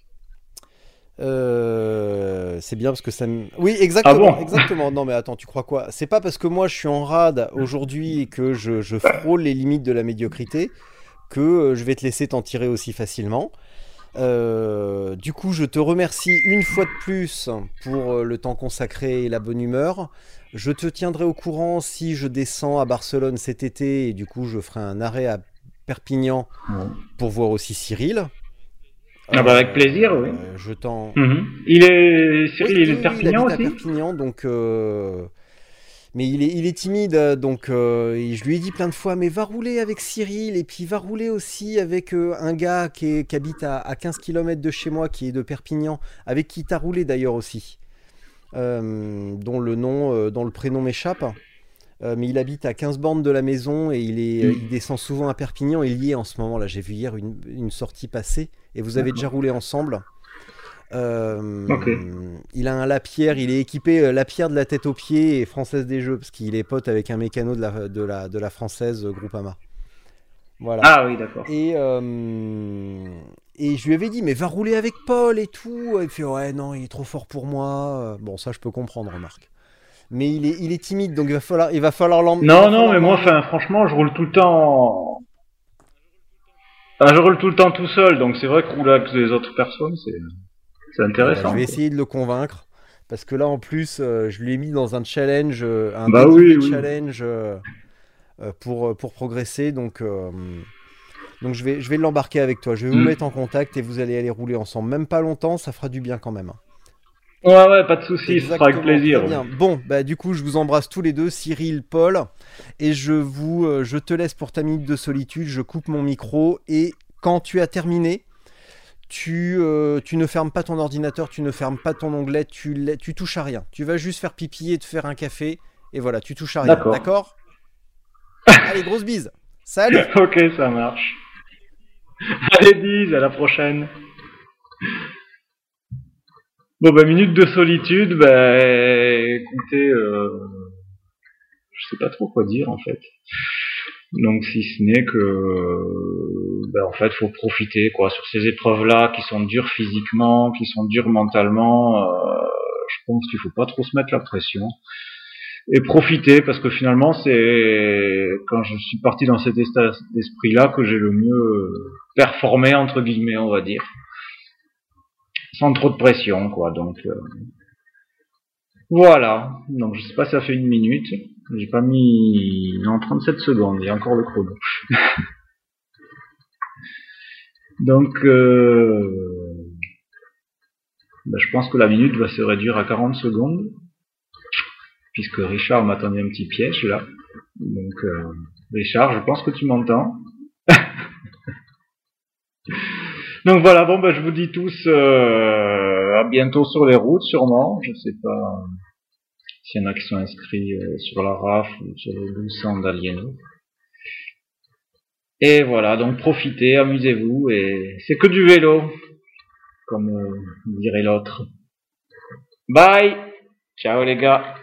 Euh, c'est bien parce que ça me... Oui, Ah exactement, bon? exactement. Non, mais attends, tu crois quoi? C'est pas parce que moi je suis en rade aujourd'hui et que je, je frôle les limites de la médiocrité que euh, je vais te laisser t'en tirer aussi facilement. Euh, du coup, je te remercie une fois de plus pour euh, le temps consacré et la bonne humeur. Je te tiendrai au courant si je descends à Barcelone cet été et du coup, je ferai un arrêt à Perpignan pour voir aussi Cyril. Ah bah avec plaisir, oui. Euh, je t'en... Mhm. Il est Oui, Cyril, il oui, est de oui, il Perpignan habite à aussi. Perpignan, donc... euh, Mais il est, il est timide, euh, donc euh, et je lui ai dit plein de fois, mais va rouler avec Cyril, et puis va rouler aussi avec euh, un gars qui, est- qui habite à, à quinze kilomètres de chez moi, qui est de Perpignan, avec qui t'as roulé d'ailleurs aussi, euh, dont le nom, euh, dont le prénom m'échappe. Euh, mais il habite à quinze bornes de la maison et il, est, euh, il Mhm. descend souvent à Perpignan et il y est en ce moment. Là, j'ai vu hier une, une sortie passer et vous avez déjà D'accord. roulé ensemble. Ok. Euh, il a un Lapierre, il est équipé euh, Lapierre de la tête aux pieds et Française des Jeux, parce qu'il est pote avec un mécano de la, de la, de la Française euh, Groupama. Voilà. Ah oui, d'accord. Et, euh, et je lui avais dit, mais va rouler avec Paul et tout. Et puis, ouais, non, il est trop fort pour moi. Bon, ça, je peux comprendre, remarque. Mais il est, il est timide, donc il va falloir, il va falloir l'em- il va Non, non, falloir mais moi, l'emmener. enfin, franchement, je roule tout le temps. Enfin, je roule tout le temps tout seul, donc c'est vrai que rouler avec les autres personnes, c'est c'est Bon, bah, je intéressant, vais quoi. essayer de le convaincre. Parce que là, en plus, euh, je lui ai mis dans un challenge, euh, un Bah dénivelé oui, oui. challenge euh, euh, pour, euh, pour progresser. Donc, euh, donc je vais, je vais l'embarquer avec toi. Je vais vous mettre en Mm. contact et vous allez aller rouler ensemble. Même pas longtemps, ça fera du bien quand même. Ouais, ouais, pas de soucis, ce sera avec Exactement, très plaisir, oui. bien. Bon, bah du coup, je vous embrasse tous les deux, Cyril, Paul, et je vous, euh, je te laisse pour ta minute de solitude. Je coupe mon micro et quand tu as terminé, tu, euh, tu ne fermes pas ton ordinateur, tu ne fermes pas ton onglet, tu, la- tu touches à rien. Tu vas juste faire pipi et te faire un café, et voilà, tu touches à rien. D'accord. D'accord? Allez, grosse bise. Salut! Ok, ça marche. Allez, bis, à la prochaine. Bon, bah, minute de solitude, bah, écoutez, euh, je sais pas trop quoi dire, en fait. Donc, si ce n'est que, euh, bah, en fait, faut profiter, quoi, sur ces épreuves-là qui sont dures physiquement, qui sont dures mentalement, euh, je pense qu'il faut pas trop se mettre la pression. Et profiter, parce que finalement, c'est quand je suis parti dans cet état d'esprit-là que j'ai le mieux performé, entre guillemets, on va dire. Sans trop de pression, quoi, donc, euh, voilà. Donc, je sais pas si ça fait une minute. J'ai pas mis, non, trente-sept secondes, il y a encore le chrono. Donc, euh, bah, je pense que la minute va se réduire à quarante secondes, puisque Richard m'a tendu un petit piège, là. Donc, euh, Richard, je pense que tu m'entends. Donc voilà, bon ben je vous dis tous euh, à bientôt sur les routes sûrement. Je sais pas s'il y en a qui sont inscrits euh, sur la R A F ou sur le Boussan d'Alieno. Et voilà, donc profitez, amusez-vous et c'est que du vélo, comme euh, dirait l'autre. Bye, ciao les gars.